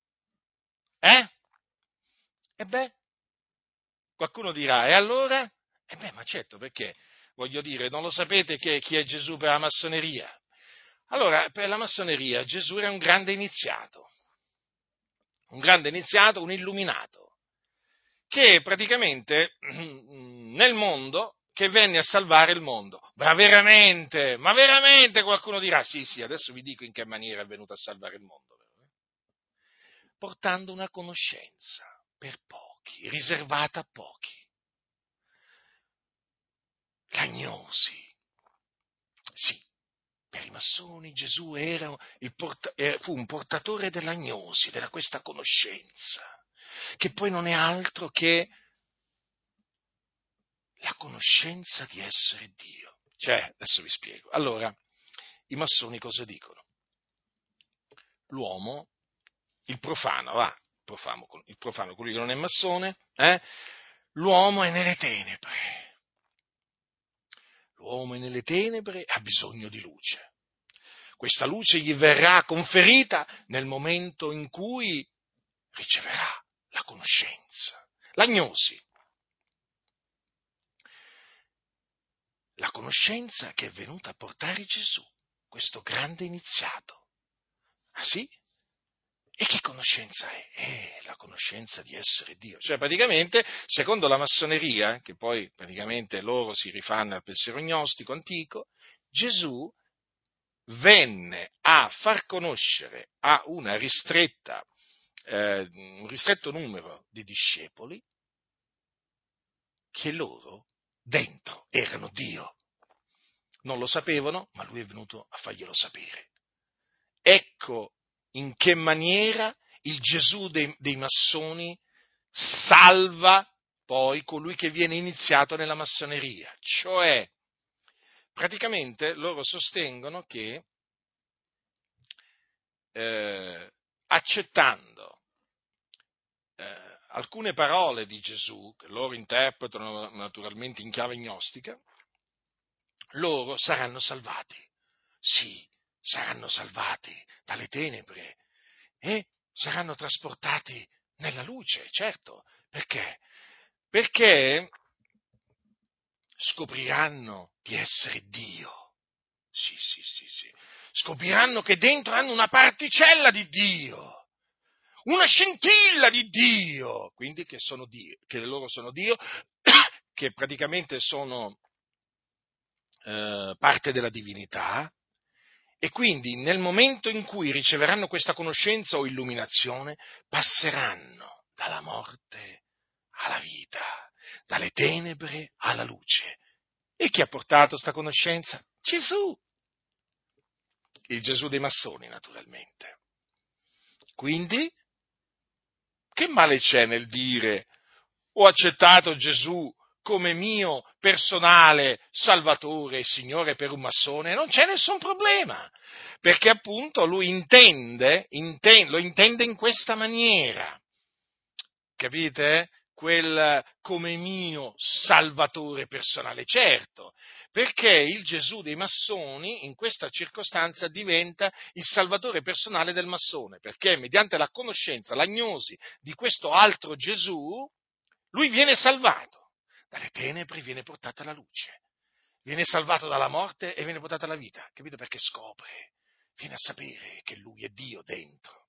E beh, qualcuno dirà, e allora? Ma certo, perché? Voglio dire, non lo sapete chi è Gesù per la massoneria? Allora, per la massoneria Gesù era un grande iniziato. un grande iniziato, un illuminato, che praticamente nel mondo, che venne a salvare il mondo. Ma veramente qualcuno dirà, sì, adesso vi dico in che maniera è venuto a salvare il mondo. Portando una conoscenza per pochi, riservata a pochi. L'agnosi. Sì, per i massoni Gesù fu un portatore dell'agnosi, della questa conoscenza, che poi non è altro che la conoscenza di essere Dio. Cioè, adesso vi spiego. Allora, i massoni cosa dicono? L'uomo, il profano, colui che non è massone, l'uomo è nelle tenebre. L'uomo è nelle tenebre e ha bisogno di luce. Questa luce gli verrà conferita nel momento in cui riceverà la conoscenza, l'agnosi. La conoscenza che è venuta a portare Gesù, questo grande iniziato. Ah sì? E che conoscenza è? La conoscenza di essere Dio. Cioè praticamente, secondo la massoneria, che poi praticamente loro si rifanno al pensiero gnostico antico, Gesù venne a far conoscere a un ristretto numero di discepoli che loro dentro erano Dio. Non lo sapevano, ma lui è venuto a farglielo sapere. Ecco in che maniera il Gesù dei massoni salva poi colui che viene iniziato nella massoneria. Cioè, praticamente loro sostengono che accettando alcune parole di Gesù, che loro interpretano naturalmente in chiave gnostica, loro saranno salvati. Sì, saranno salvati dalle tenebre e saranno trasportati nella luce, certo. Perché? Perché scopriranno di essere Dio. Sì. Scopriranno che dentro hanno una particella di Dio, una scintilla di Dio, quindi che sono Dio, che loro sono Dio, che praticamente sono parte della divinità, e quindi nel momento in cui riceveranno questa conoscenza o illuminazione, passeranno dalla morte alla vita, dalle tenebre alla luce. E chi ha portato questa conoscenza? Gesù, il Gesù dei massoni naturalmente. Quindi, che male c'è nel dire ho accettato Gesù come mio personale Salvatore e Signore per un massone? Non c'è nessun problema, perché appunto lui lo intende in questa maniera, capite? Quel come mio Salvatore personale, certo, perché il Gesù dei massoni in questa circostanza diventa il Salvatore personale del massone, perché mediante la conoscenza, l'agnosi di questo altro Gesù, lui viene salvato, dalle tenebre viene portata alla luce, viene salvato dalla morte e viene portato alla vita, capite? Perché scopre, viene a sapere che lui è Dio dentro.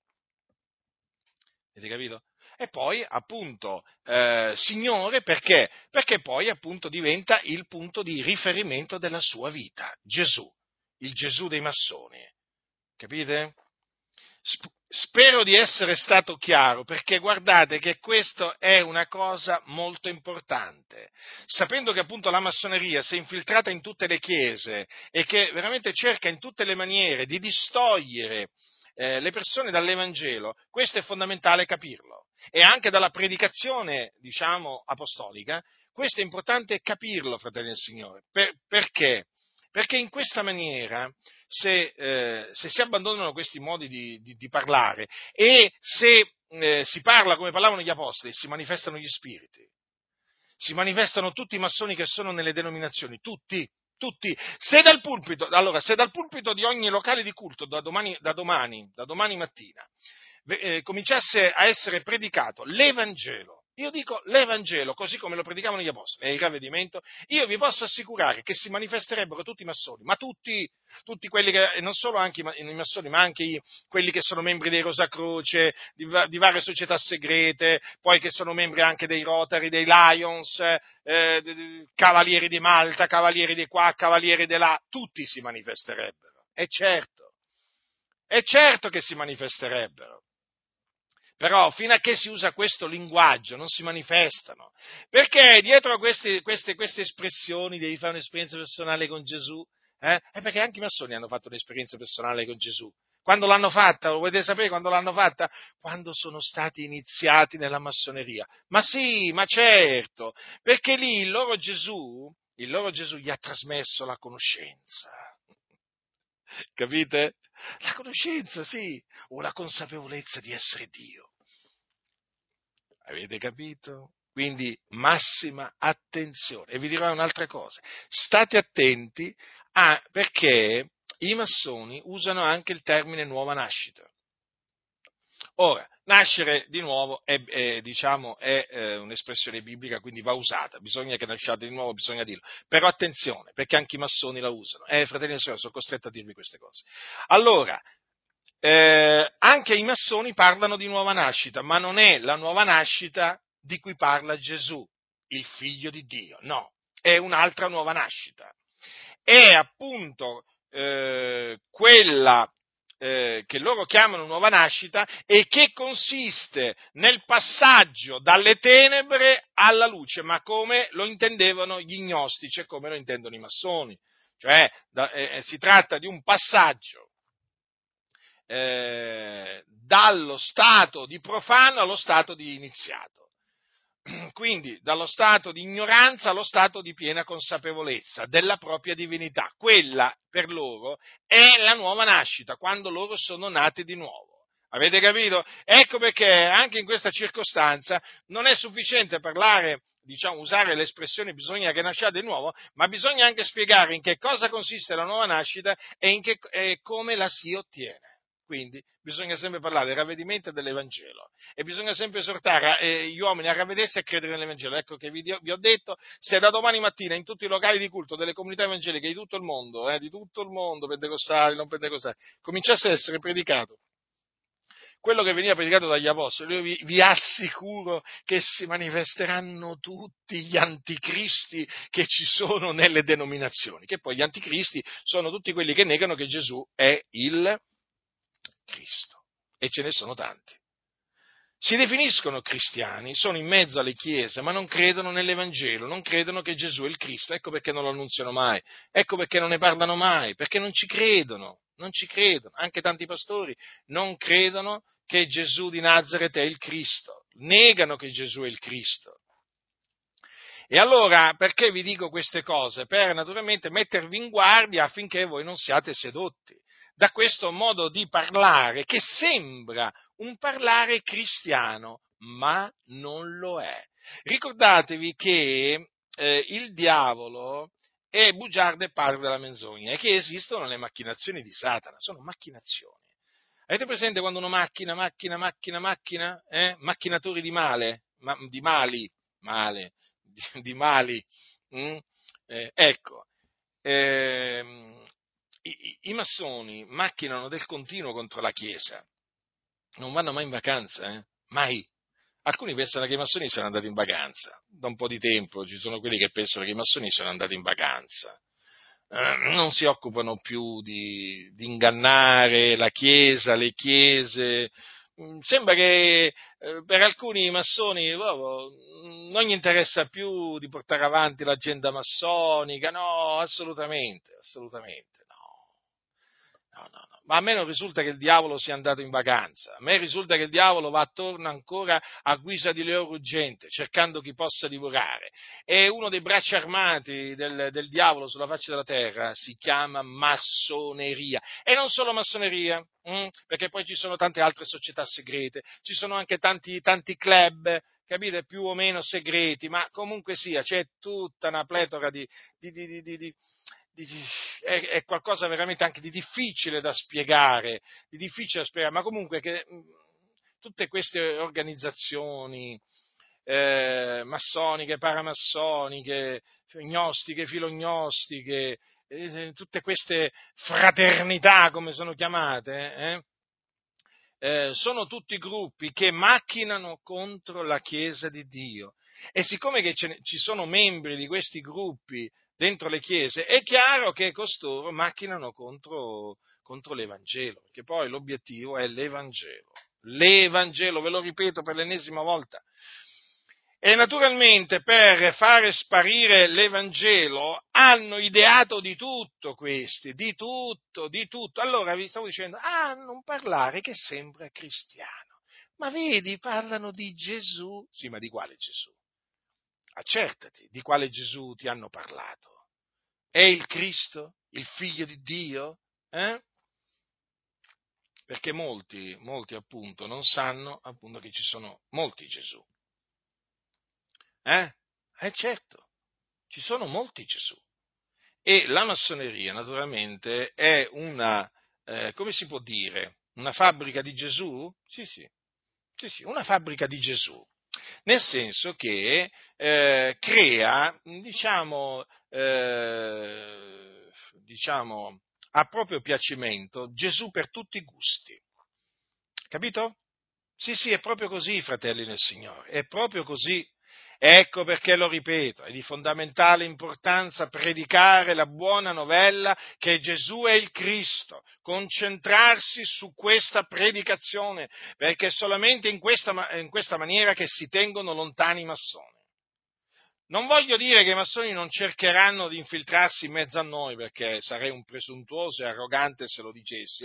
Avete capito? E poi, appunto, Signore, perché? Perché poi, appunto, diventa il punto di riferimento della sua vita, Gesù, il Gesù dei massoni. Capite? Spero di essere stato chiaro, perché guardate che questo è una cosa molto importante. Sapendo che appunto la massoneria si è infiltrata in tutte le chiese e che veramente cerca in tutte le maniere di distogliere le persone dall'Evangelo, questo è fondamentale capirlo. E anche dalla predicazione, diciamo, apostolica, questo è importante capirlo, fratelli del Signore. Perché? Perché in questa maniera, se si abbandonano questi modi di parlare e se si parla come parlavano gli apostoli, si manifestano gli spiriti, si manifestano tutti i massoni che sono nelle denominazioni, tutti. Se dal pulpito di ogni locale di culto da domani mattina cominciasse a essere predicato l'Evangelo io dico l'Evangelo, così come lo predicavano gli apostoli, e il ravvedimento, io vi posso assicurare che si manifesterebbero tutti i massoni, ma tutti quelli che, e non solo anche i massoni, ma anche quelli che sono membri dei Rosacroce, di varie società segrete, poi che sono membri anche dei Rotary, dei Lions, cavalieri di Malta, cavalieri di qua, cavalieri di là, tutti si manifesterebbero, è certo che si manifesterebbero. Però fino a che si usa questo linguaggio non si manifestano, perché dietro a queste espressioni devi fare un'esperienza personale con Gesù, è perché anche i massoni hanno fatto un'esperienza personale con Gesù. Quando l'hanno fatta? Lo volete sapere quando l'hanno fatta? Quando sono stati iniziati nella massoneria. Ma sì, ma certo, perché lì il loro Gesù gli ha trasmesso la conoscenza. Capite? La conoscenza, sì, o la consapevolezza di essere Dio. Avete capito? Quindi massima attenzione. E vi dirò un'altra cosa. State attenti perché i massoni usano anche il termine nuova nascita. Ora, nascere di nuovo è un'espressione biblica, quindi va usata, bisogna che nasciate di nuovo, bisogna dirlo. Però attenzione, perché anche i massoni la usano. Fratelli e sorelle, sono costretto a dirvi queste cose. Allora, anche i massoni parlano di nuova nascita, ma non è la nuova nascita di cui parla Gesù, il figlio di Dio, no, è un'altra nuova nascita. È appunto quella che loro chiamano nuova nascita e che consiste nel passaggio dalle tenebre alla luce, ma come lo intendevano gli gnostici e come lo intendono i massoni. Cioè si tratta di un passaggio dallo stato di profano allo stato di iniziato. Quindi dallo stato di ignoranza allo stato di piena consapevolezza della propria divinità. Quella per loro è la nuova nascita, quando loro sono nati di nuovo. Avete capito? Ecco perché anche in questa circostanza non è sufficiente parlare, usare l'espressione bisogna che nasciate di nuovo, ma bisogna anche spiegare in che cosa consiste la nuova nascita e come la si ottiene. Quindi bisogna sempre parlare del ravvedimento e dell'Evangelo e bisogna sempre esortare gli uomini a ravvedersi e a credere nell'Evangelo. Ecco che vi ho detto, se da domani mattina in tutti i locali di culto delle comunità evangeliche di tutto il mondo, pentecostali, non pentecostali, cominciasse a essere predicato quello che veniva predicato dagli apostoli, io vi assicuro che si manifesteranno tutti gli anticristi che ci sono nelle denominazioni, che poi gli anticristi sono tutti quelli che negano che Gesù è il Cristo, e ce ne sono tanti. Si definiscono cristiani, sono in mezzo alle chiese, ma non credono nell'Evangelo, non credono che Gesù è il Cristo, ecco perché non lo annunziano mai, ecco perché non ne parlano mai, perché non ci credono, anche tanti pastori non credono che Gesù di Nazaret è il Cristo, negano che Gesù è il Cristo. E allora, perché vi dico queste cose? Per naturalmente mettervi in guardia affinché voi non siate sedotti da questo modo di parlare che sembra un parlare cristiano, ma non lo è. Ricordatevi che il diavolo è bugiardo e padre della menzogna e che esistono le macchinazioni di Satana, sono macchinazioni. Avete presente quando uno macchina? Macchinatori di male, di male, di mali. Mm? Ecco, i massoni macchinano del continuo contro la Chiesa, non vanno mai in vacanza, mai. Alcuni pensano che i massoni siano andati in vacanza, da un po' di tempo ci sono quelli che pensano che i massoni siano andati in vacanza. Non si occupano più di ingannare la Chiesa, le chiese. Sembra che per alcuni massoni non gli interessa più di portare avanti l'agenda massonica, no, assolutamente, no. Ma a me non risulta che il diavolo sia andato in vacanza, a me risulta che il diavolo va attorno ancora a guisa di leone ruggente, cercando chi possa divorare. E uno dei bracci armati del diavolo sulla faccia della terra si chiama massoneria. E non solo massoneria, perché poi ci sono tante altre società segrete, ci sono anche tanti club, capite, più o meno segreti, ma comunque sia, c'è tutta una pletora è qualcosa veramente anche di difficile da spiegare, ma comunque che tutte queste organizzazioni massoniche, paramassoniche, gnostiche, filognostiche, tutte queste fraternità, come sono chiamate, sono tutti gruppi che macchinano contro la Chiesa di Dio. E siccome che ci sono membri di questi gruppi dentro le chiese, è chiaro che costoro macchinano contro l'Evangelo, perché poi l'obiettivo è l'Evangelo. L'Evangelo, ve lo ripeto per l'ennesima volta. E naturalmente per fare sparire l'Evangelo hanno ideato di tutto questi, di tutto, di tutto. Allora vi stavo dicendo, non parlare che sembra cristiano. Ma vedi, parlano di Gesù. Sì, ma di quale Gesù? Accertati, di quale Gesù ti hanno parlato? È il Cristo, il Figlio di Dio? Perché molti appunto non sanno appunto che ci sono molti Gesù. Certo, ci sono molti Gesù. E la massoneria, naturalmente, è come si può dire, una fabbrica di Gesù? Sì, sì, sì, sì, una fabbrica di Gesù. Nel senso che crea, diciamo, a proprio piacimento Gesù per tutti i gusti. Capito? Sì, sì, è proprio così, fratelli nel Signore, è proprio così. Ecco perché lo ripeto, è di fondamentale importanza predicare la buona novella che Gesù è il Cristo, concentrarsi su questa predicazione, perché è solamente in questa maniera che si tengono lontani i massoni. Non voglio dire che i massoni non cercheranno di infiltrarsi in mezzo a noi, perché sarei un presuntuoso e arrogante se lo dicessi,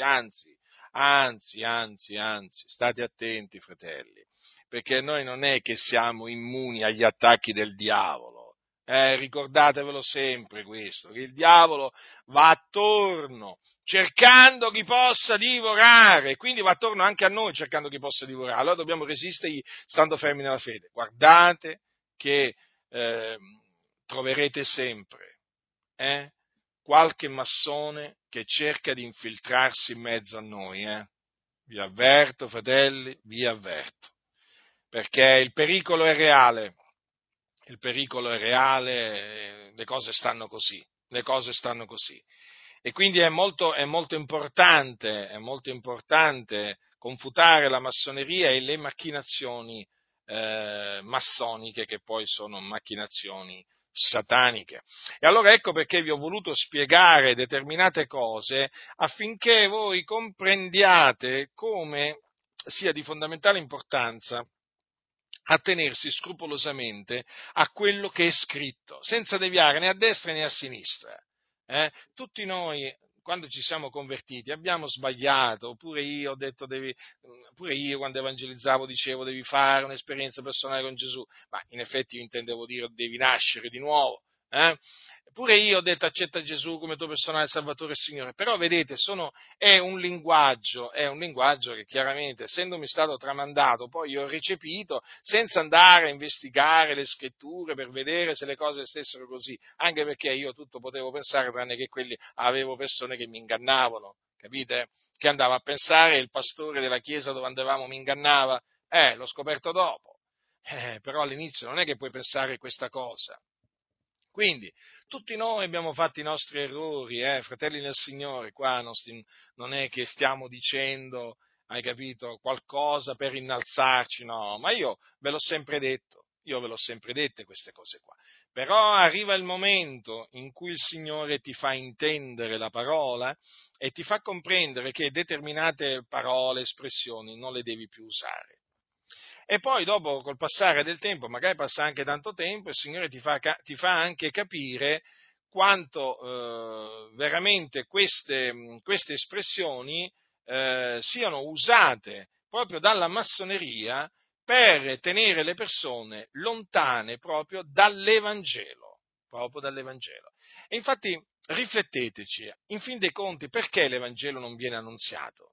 anzi, state attenti, fratelli, perché noi non è che siamo immuni agli attacchi del diavolo, ricordatevelo sempre questo, che il diavolo va attorno cercando chi possa divorare, quindi va attorno anche a noi cercando chi possa divorare, allora dobbiamo resistergli stando fermi nella fede. Guardate che eh, troverete sempre qualche massone che cerca di infiltrarsi in mezzo a noi. Vi avverto, fratelli, vi avverto, perché il pericolo è reale, le cose stanno così. E quindi è molto importante confutare la massoneria e le macchinazioni massoniche, che poi sono macchinazioni sataniche. E allora ecco perché vi ho voluto spiegare determinate cose affinché voi comprendiate come sia di fondamentale importanza attenersi scrupolosamente a quello che è scritto, senza deviare né a destra né a sinistra. Tutti noi, quando ci siamo convertiti, abbiamo sbagliato, pure io ho detto pure io quando evangelizzavo dicevo devi fare un'esperienza personale con Gesù, ma in effetti io intendevo dire devi nascere di nuovo. Pure io ho detto accetta Gesù come tuo personale Salvatore e Signore, però vedete, è un linguaggio che chiaramente, essendomi stato tramandato, poi io ho recepito senza andare a investigare le scritture per vedere se le cose stessero così, anche perché io tutto potevo pensare tranne che avevo persone che mi ingannavano, capite? Che andava a pensare il pastore della chiesa dove andavamo mi ingannava, l'ho scoperto dopo, però all'inizio non è che puoi pensare questa cosa. Quindi, tutti noi abbiamo fatto i nostri errori, fratelli nel Signore, qua non è che stiamo dicendo, hai capito, qualcosa per innalzarci, no, ma io ve l'ho sempre dette queste cose qua. Però arriva il momento in cui il Signore ti fa intendere la parola e ti fa comprendere che determinate parole, espressioni non le devi più usare. E poi dopo, col passare del tempo, magari passa anche tanto tempo, il Signore ti fa anche capire quanto veramente queste espressioni siano usate proprio dalla massoneria per tenere le persone lontane proprio dall'Evangelo, proprio dall'Evangelo. E infatti rifletteteci, in fin dei conti, perché l'Evangelo non viene annunziato?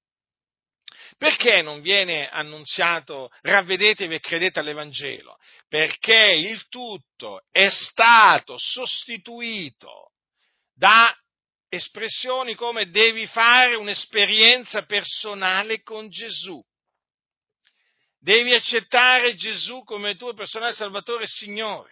Perché non viene annunziato ravvedetevi e credete all'Evangelo? Perché il tutto è stato sostituito da espressioni come devi fare un'esperienza personale con Gesù. Devi accettare Gesù come tuo personale Salvatore e Signore.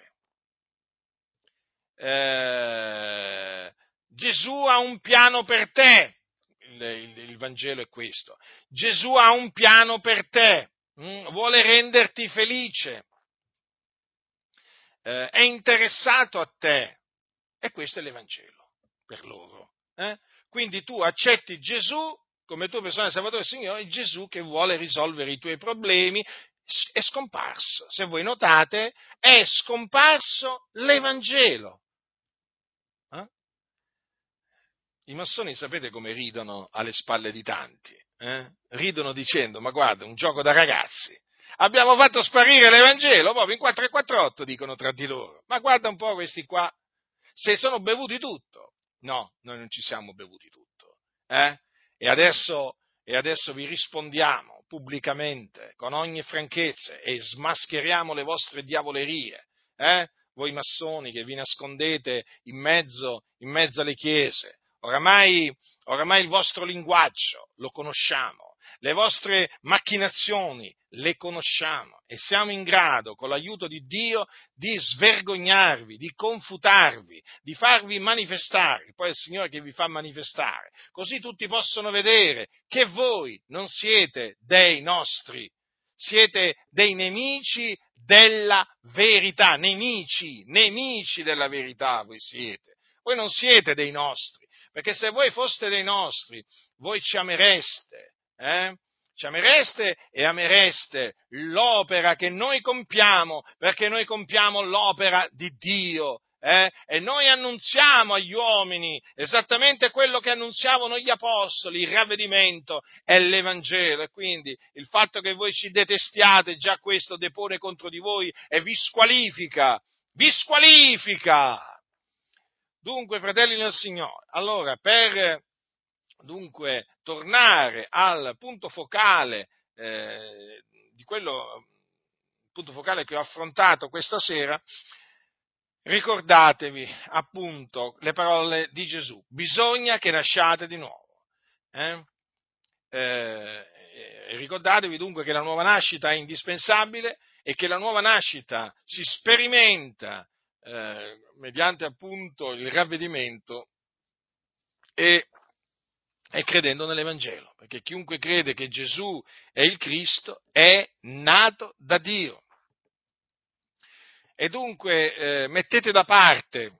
Gesù ha un piano per te. Il Vangelo è questo. Gesù ha un piano per te, vuole renderti felice, è interessato a te, e questo è l'Evangelo per loro. Quindi tu accetti Gesù come tuo personale Salvatore e Signore, Gesù che vuole risolvere i tuoi problemi. È scomparso, se voi notate, è scomparso l'Evangelo. I massoni sapete come ridono alle spalle di tanti? Ridono dicendo, ma guarda, un gioco da ragazzi. Abbiamo fatto sparire l'Evangelo, proprio in 448 dicono tra di loro. Ma guarda un po' questi qua, se sono bevuti tutto. No, noi non ci siamo bevuti tutto. E adesso vi rispondiamo pubblicamente, con ogni franchezza, e smascheriamo le vostre diavolerie. Voi massoni che vi nascondete in mezzo alle chiese. Oramai il vostro linguaggio lo conosciamo, le vostre macchinazioni le conosciamo e siamo in grado, con l'aiuto di Dio, di svergognarvi, di confutarvi, di farvi manifestare. Poi è il Signore che vi fa manifestare, così tutti possono vedere che voi non siete dei nostri, siete dei nemici della verità, nemici della verità voi siete. Voi non siete dei nostri. Perché se voi foste dei nostri, voi ci amereste e amereste l'opera che noi compiamo, perché noi compiamo l'opera di Dio, e noi annunziamo agli uomini esattamente quello che annunziavano gli apostoli, il ravvedimento e l'Evangelo, e quindi il fatto che voi ci detestiate, già questo depone contro di voi e vi squalifica. Dunque, fratelli del Signore, allora, per dunque tornare al punto focale di quello, punto focale che ho affrontato questa sera, ricordatevi appunto le parole di Gesù: bisogna che nasciate di nuovo. Ricordatevi dunque che la nuova nascita è indispensabile e che la nuova nascita si sperimenta mediante appunto il ravvedimento e credendo nell'Evangelo, perché chiunque crede che Gesù è il Cristo è nato da Dio. E dunque mettete da parte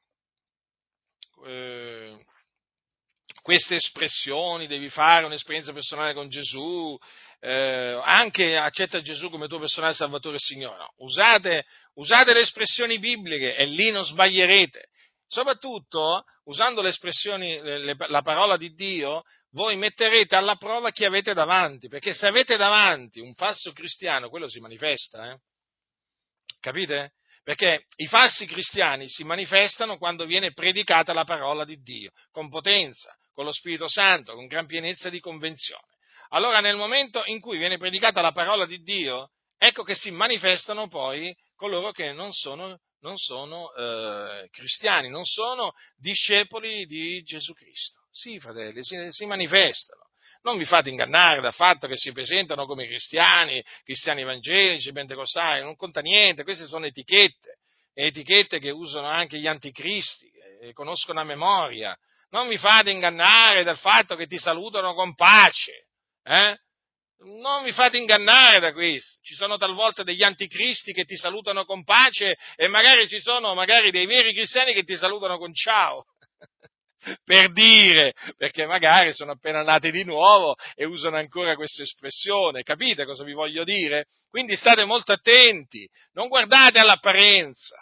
queste espressioni, devi fare un'esperienza personale con Gesù, anche accetta Gesù come tuo personale Salvatore e Signore. No, usate le espressioni bibliche e lì non sbaglierete. Soprattutto, usando le espressioni, la parola di Dio, voi metterete alla prova chi avete davanti, perché se avete davanti un falso cristiano, quello si manifesta, capite? Perché i falsi cristiani si manifestano quando viene predicata la parola di Dio, con potenza, con lo Spirito Santo, con gran pienezza di convinzione. Allora, nel momento in cui viene predicata la parola di Dio, ecco che si manifestano poi coloro che non sono cristiani, non sono discepoli di Gesù Cristo. Sì, fratelli, si manifestano. Non vi fate ingannare dal fatto che si presentano come cristiani evangelici, pentecostali, non conta niente, queste sono etichette che usano anche gli anticristi, che conoscono a memoria. Non vi fate ingannare dal fatto che ti salutano con pace, Non vi fate ingannare da questo. Ci sono talvolta degli anticristi che ti salutano con pace e magari ci sono dei veri cristiani che ti salutano con ciao. Per dire, perché magari sono appena nati di nuovo e usano ancora questa espressione, capite cosa vi voglio dire? Quindi state molto attenti, non guardate all'apparenza,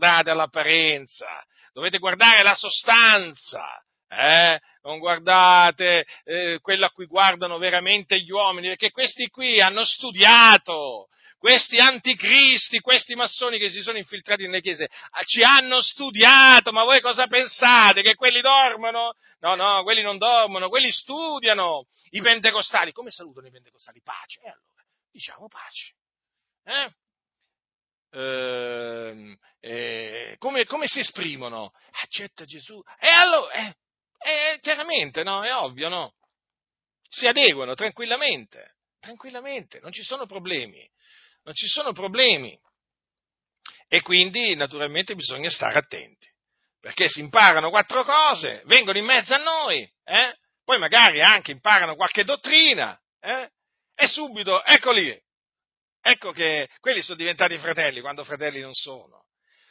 dovete guardare la sostanza, non guardate quello a cui guardano veramente gli uomini, perché questi qui hanno studiato. Questi anticristi, questi massoni che si sono infiltrati nelle chiese, ci hanno studiato, ma voi cosa pensate? Che quelli dormono? No, quelli non dormono, quelli studiano. I pentecostali, come salutano i pentecostali? Pace, allora, diciamo pace. Come si esprimono? Accetta Gesù. E allora, chiaramente, no? È ovvio, no? Si adeguano tranquillamente. tranquillamente, non ci sono problemi, non ci sono problemi. E quindi naturalmente bisogna stare attenti, perché si imparano 4 cose, vengono in mezzo a noi, poi magari anche imparano qualche dottrina, e subito, eccoli, ecco che quelli sono diventati fratelli quando fratelli non sono.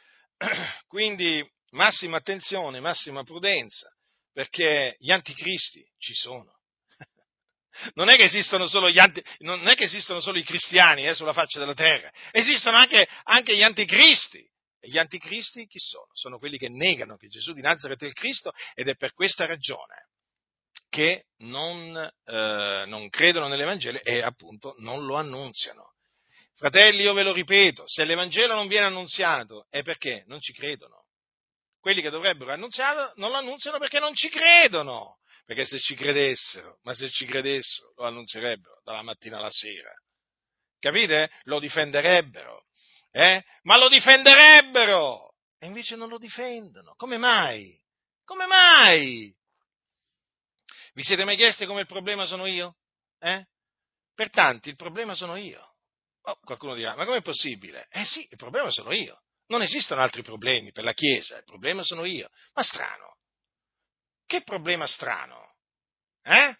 Quindi massima attenzione, massima prudenza, perché gli anticristi ci sono. Non è che esistono solo non è che esistono solo i cristiani sulla faccia della terra, esistono anche gli anticristi. E gli anticristi chi sono? Sono quelli che negano che Gesù di Nazaret è il Cristo, ed è per questa ragione che non credono nell'Evangelo e appunto non lo annunziano. Fratelli, io ve lo ripeto, se l'Evangelo non viene annunziato è perché non ci credono. Quelli che dovrebbero annunziarlo non lo annunziano perché non ci credono. Perché se ci credessero, lo annunzierebbero dalla mattina alla sera. Capite? Lo difenderebbero. Ma lo difenderebbero! E invece non lo difendono. Come mai? Come mai? Vi siete mai chiesti come il problema sono io? Per tanti il problema sono io. Oh, qualcuno dirà, ma com'è possibile? Sì, il problema sono io. Non esistono altri problemi per la Chiesa, il problema sono io. Ma strano. Che problema strano? Eh?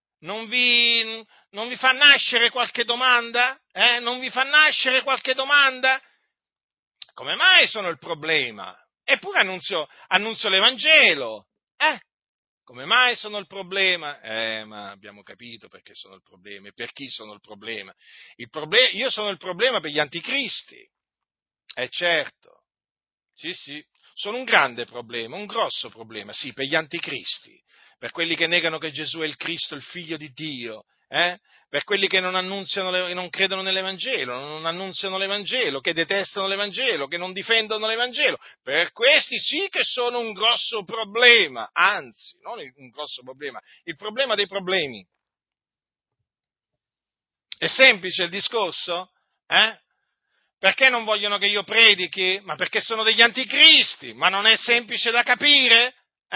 Non vi fa nascere qualche domanda? Non vi fa nascere qualche domanda? Come mai sono il problema? Eppure annunzio l'Evangelo. Come mai sono il problema? Ma abbiamo capito perché sono il problema e per chi sono il problema. Io sono il problema per gli anticristi. Certo. Sì, sì, sono un grande problema, un grosso problema, sì, per gli anticristi, per quelli che negano che Gesù è il Cristo, il Figlio di Dio, per quelli che non non credono nell'Evangelo, non annunziano l'Evangelo, che detestano l'Evangelo, che non difendono l'Evangelo, per questi sì che sono un grosso problema, anzi, non un grosso problema, il problema dei problemi. È semplice il discorso? Perché non vogliono che io predichi? Ma perché sono degli anticristi, ma non è semplice da capire?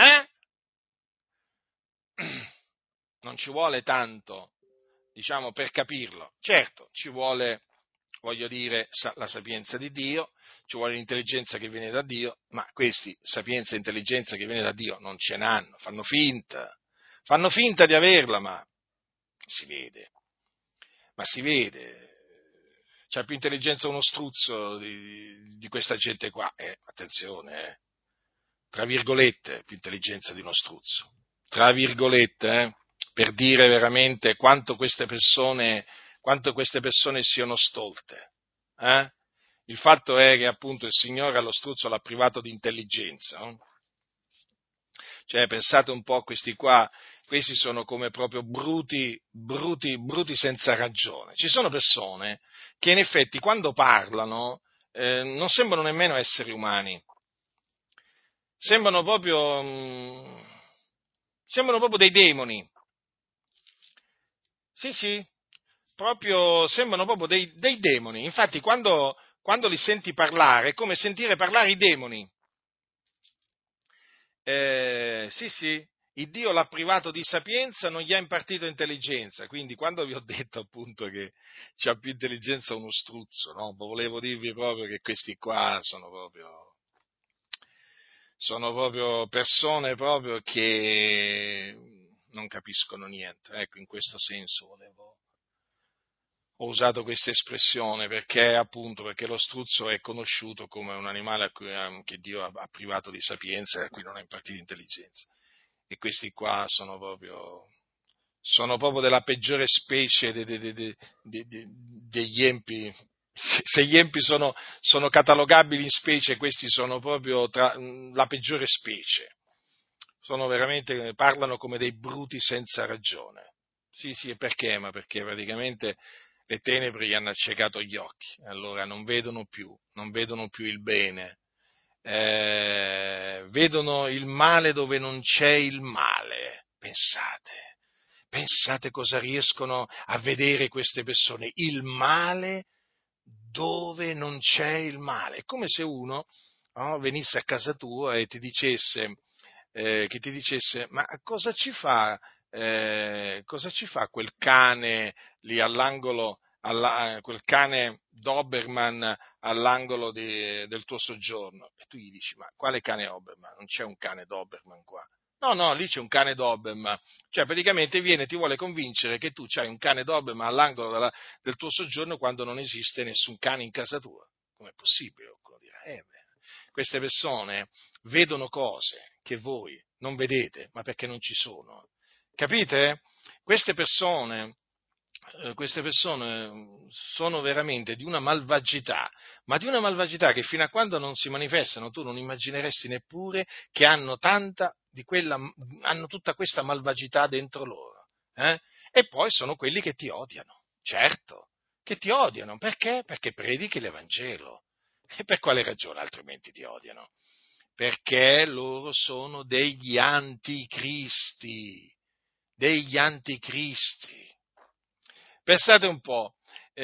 Non ci vuole tanto, diciamo, per capirlo. Certo, ci vuole, voglio dire, la sapienza di Dio, ci vuole l'intelligenza che viene da Dio, ma questi, sapienza e intelligenza che viene da Dio, non ce n'hanno, fanno finta di averla, si vede, ma si vede. C'ha più intelligenza uno struzzo di questa gente qua. Attenzione, tra virgolette, più intelligenza di uno struzzo. Tra virgolette, per dire veramente quanto queste persone siano stolte. Il fatto è che appunto il Signore allo struzzo l'ha privato di intelligenza. Cioè, pensate un po' a questi qua, questi sono come proprio bruti senza ragione. Ci sono persone che in effetti quando parlano non sembrano nemmeno esseri umani, sembrano proprio dei demoni. Sì, sì, proprio, sembrano proprio dei demoni. Infatti quando li senti parlare è come sentire parlare i demoni. Sì, sì, il Dio l'ha privato di sapienza, non gli ha impartito intelligenza, quindi quando vi ho detto appunto che c'ha più intelligenza uno struzzo, no? Volevo dirvi proprio che questi qua sono proprio persone proprio che non capiscono niente, ecco, in questo senso ho usato questa espressione perché lo struzzo è conosciuto come un animale che Dio ha privato di sapienza e a cui non ha impartito intelligenza. E questi qua sono proprio della peggiore specie degli empi. Se gli empi sono catalogabili in specie, questi sono proprio la peggiore specie. Sono veramente, parlano come dei bruti senza ragione. Sì, sì, e perché? Ma perché praticamente le tenebre gli hanno accecato gli occhi, allora non vedono più il bene, vedono il male dove non c'è il male. Pensate cosa riescono a vedere queste persone, il male dove non c'è il male. È come se uno venisse a casa tua e ti dicesse, che ti dicesse, ma cosa ci fa cosa ci fa quel cane lì all'angolo, quel cane Doberman all'angolo del tuo soggiorno? E tu gli dici, ma quale cane Doberman? Non c'è un cane Doberman qua. No, no, lì c'è un cane Doberman. Cioè, praticamente viene e ti vuole convincere che tu c'hai un cane Doberman all'angolo del tuo soggiorno quando non esiste nessun cane in casa tua. Com'è possibile? Qualcuno dirà, beh, queste persone vedono cose che voi non vedete, ma perché non ci sono. Capite? Queste persone, sono veramente di una malvagità, ma di una malvagità che fino a quando non si manifestano tu non immagineresti neppure che hanno tutta questa malvagità dentro loro. E poi sono quelli che ti odiano, certo, che ti odiano, perché? Perché predichi l'Evangelo. E per quale ragione altrimenti ti odiano? Perché loro sono degli anticristi, degli anticristi. Pensate un po',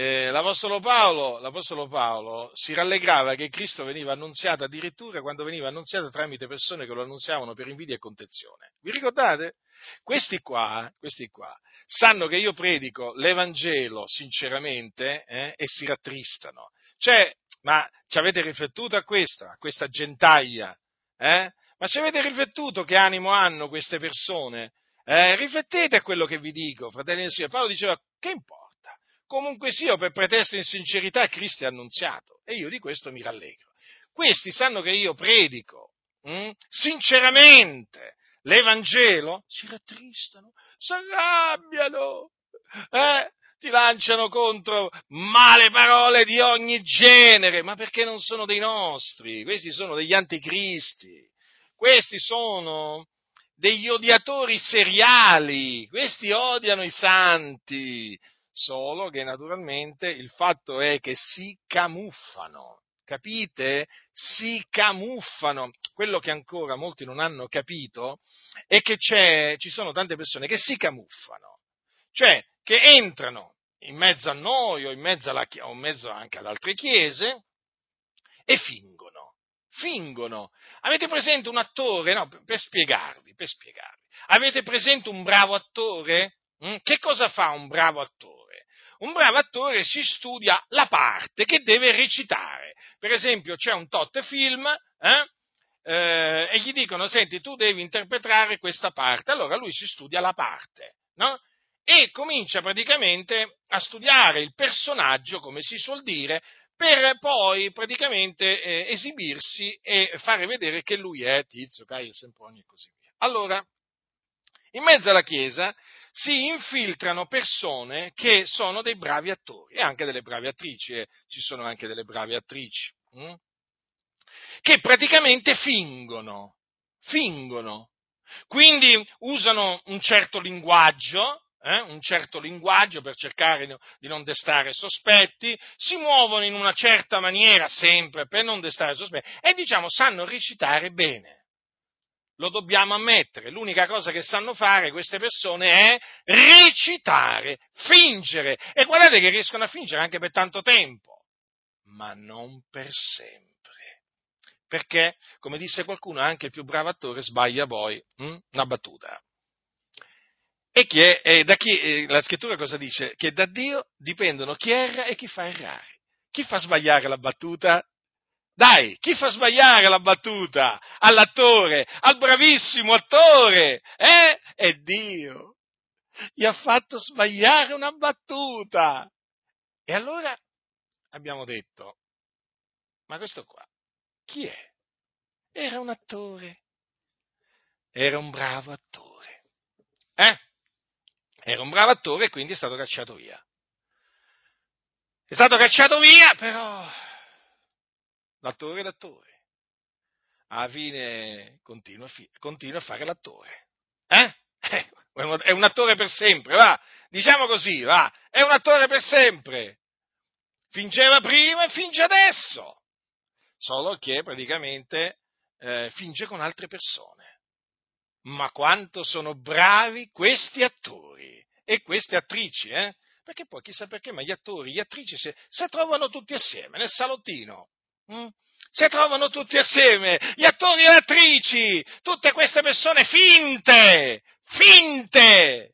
l'Apostolo Paolo si rallegrava che Cristo veniva annunziato addirittura quando veniva annunziato tramite persone che lo annunziavano per invidia e contenzione. Vi ricordate? Questi qua sanno che io predico l'Evangelo sinceramente e si rattristano. Cioè, ma ci avete riflettuto a questa gentaglia? Ma ci avete riflettuto che animo hanno queste persone? Riflettete a quello che vi dico, fratelli del Signore. Paolo diceva, che importa? Comunque sia, per pretesto in sincerità, Cristo è annunziato, e io di questo mi rallegro. Questi sanno che io predico, sinceramente, l'Evangelo, si rattristano, si arrabbiano, ti lanciano contro male parole di ogni genere, ma perché non sono dei nostri? Questi sono degli anticristi, questi sono degli odiatori seriali, questi odiano i santi, solo che naturalmente il fatto è che si camuffano, capite? Si camuffano. Quello che ancora molti non hanno capito è che ci sono tante persone che si camuffano, cioè che entrano in mezzo a noi o o in mezzo anche ad altre chiese e fingono. Avete presente un attore? No, per spiegarvi. Avete presente un bravo attore? Che cosa fa un bravo attore? Un bravo attore si studia la parte che deve recitare. Per esempio, c'è un tot film, e gli dicono, senti, tu devi interpretare questa parte. Allora lui si studia la parte, no? E comincia praticamente a studiare il personaggio, come si suol dire, per poi praticamente esibirsi e fare vedere che lui è Tizio, Caio, Sempronio e così via. Allora, in mezzo alla Chiesa si infiltrano persone che sono dei bravi attori e anche delle brave attrici, ci sono anche delle brave attrici, che praticamente fingono. Quindi usano un certo linguaggio per cercare di non destare sospetti, si muovono in una certa maniera sempre per non destare sospetti e sanno recitare bene. Lo dobbiamo ammettere, l'unica cosa che sanno fare queste persone è recitare, fingere, e guardate che riescono a fingere anche per tanto tempo, ma non per sempre. Perché, come disse qualcuno, anche il più bravo attore sbaglia poi una battuta. La scrittura cosa dice? Che da Dio dipendono chi erra e chi fa errare. Chi fa sbagliare la battuta? Dai, chi fa sbagliare la battuta? All'attore, al bravissimo attore, È Dio. Gli ha fatto sbagliare una battuta. E allora abbiamo detto, ma questo qua, chi è? Era un attore, era un bravo attore, Era un bravo attore e quindi è stato cacciato via. È stato cacciato via, però l'attore è l'attore. Alla fine continua a fare l'attore. È un attore per sempre, va. Diciamo così, va. È un attore per sempre. Fingeva prima e finge adesso. Solo che praticamente finge con altre persone. Ma quanto sono bravi questi attori e queste attrici, Perché poi chissà perché, ma gli attori, gli attrici si trovano tutti assieme nel salottino. Si trovano tutti assieme, gli attori e le attrici, tutte queste persone finte, finte,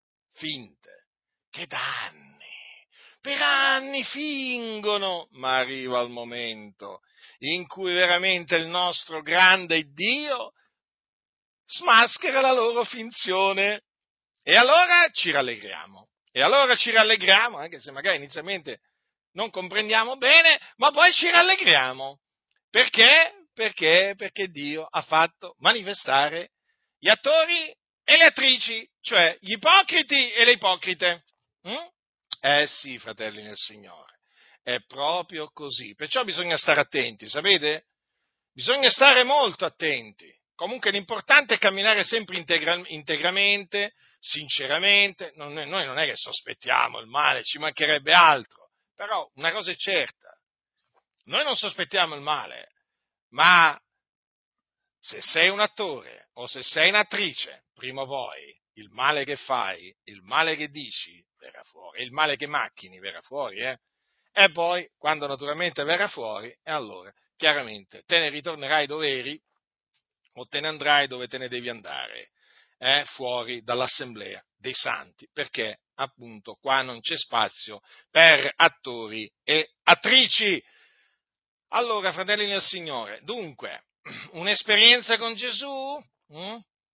che per anni fingono, ma arriva il momento in cui veramente il nostro grande Dio smaschera la loro finzione. E allora ci rallegriamo. Anche se magari inizialmente non comprendiamo bene, ma poi ci rallegriamo. Perché? Perché Dio ha fatto manifestare gli attori e le attrici, cioè gli ipocriti e le ipocrite. Mm? Sì, fratelli nel Signore, è proprio così. Perciò bisogna stare attenti, sapete? Bisogna stare molto attenti. Comunque l'importante è camminare sempre integramente, sinceramente. Noi non è che sospettiamo il male, ci mancherebbe altro. Però una cosa è certa, noi non sospettiamo il male, ma se sei un attore o se sei un'attrice, prima o poi il male che fai, il male che dici verrà fuori, il male che macchini verrà fuori, E poi, quando naturalmente verrà fuori, e allora, chiaramente, te ne ritornerai dove eri o te ne andrai dove te ne devi andare, fuori dall'assemblea dei santi, perché appunto qua non c'è spazio per attori e attrici. Allora, fratelli nel Signore, dunque, un'esperienza con Gesù? Mm?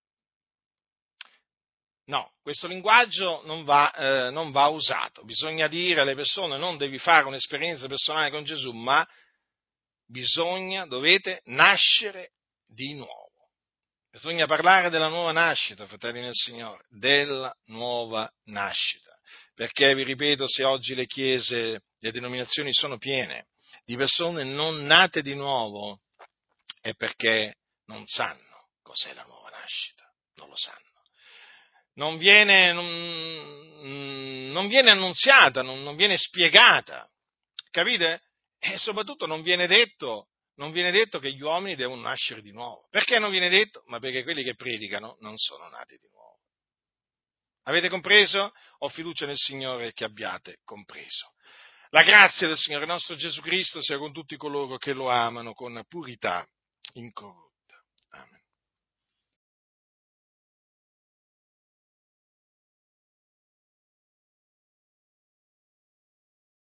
No, questo linguaggio non va usato. Bisogna dire alle persone non devi fare un'esperienza personale con Gesù, ma dovete nascere di nuovo. Bisogna parlare della nuova nascita, fratelli nel Signore, della nuova nascita. Perché, vi ripeto, se oggi le chiese, le denominazioni sono piene di persone non nate di nuovo, è perché non sanno cos'è la nuova nascita, non lo sanno. Non viene annunziata, non viene spiegata, capite? E soprattutto non viene detto che gli uomini devono nascere di nuovo. Perché non viene detto? Ma perché quelli che predicano non sono nati di nuovo. Avete compreso? Ho fiducia nel Signore che abbiate compreso. La grazia del Signore nostro Gesù Cristo sia con tutti coloro che lo amano con purità incorrotta.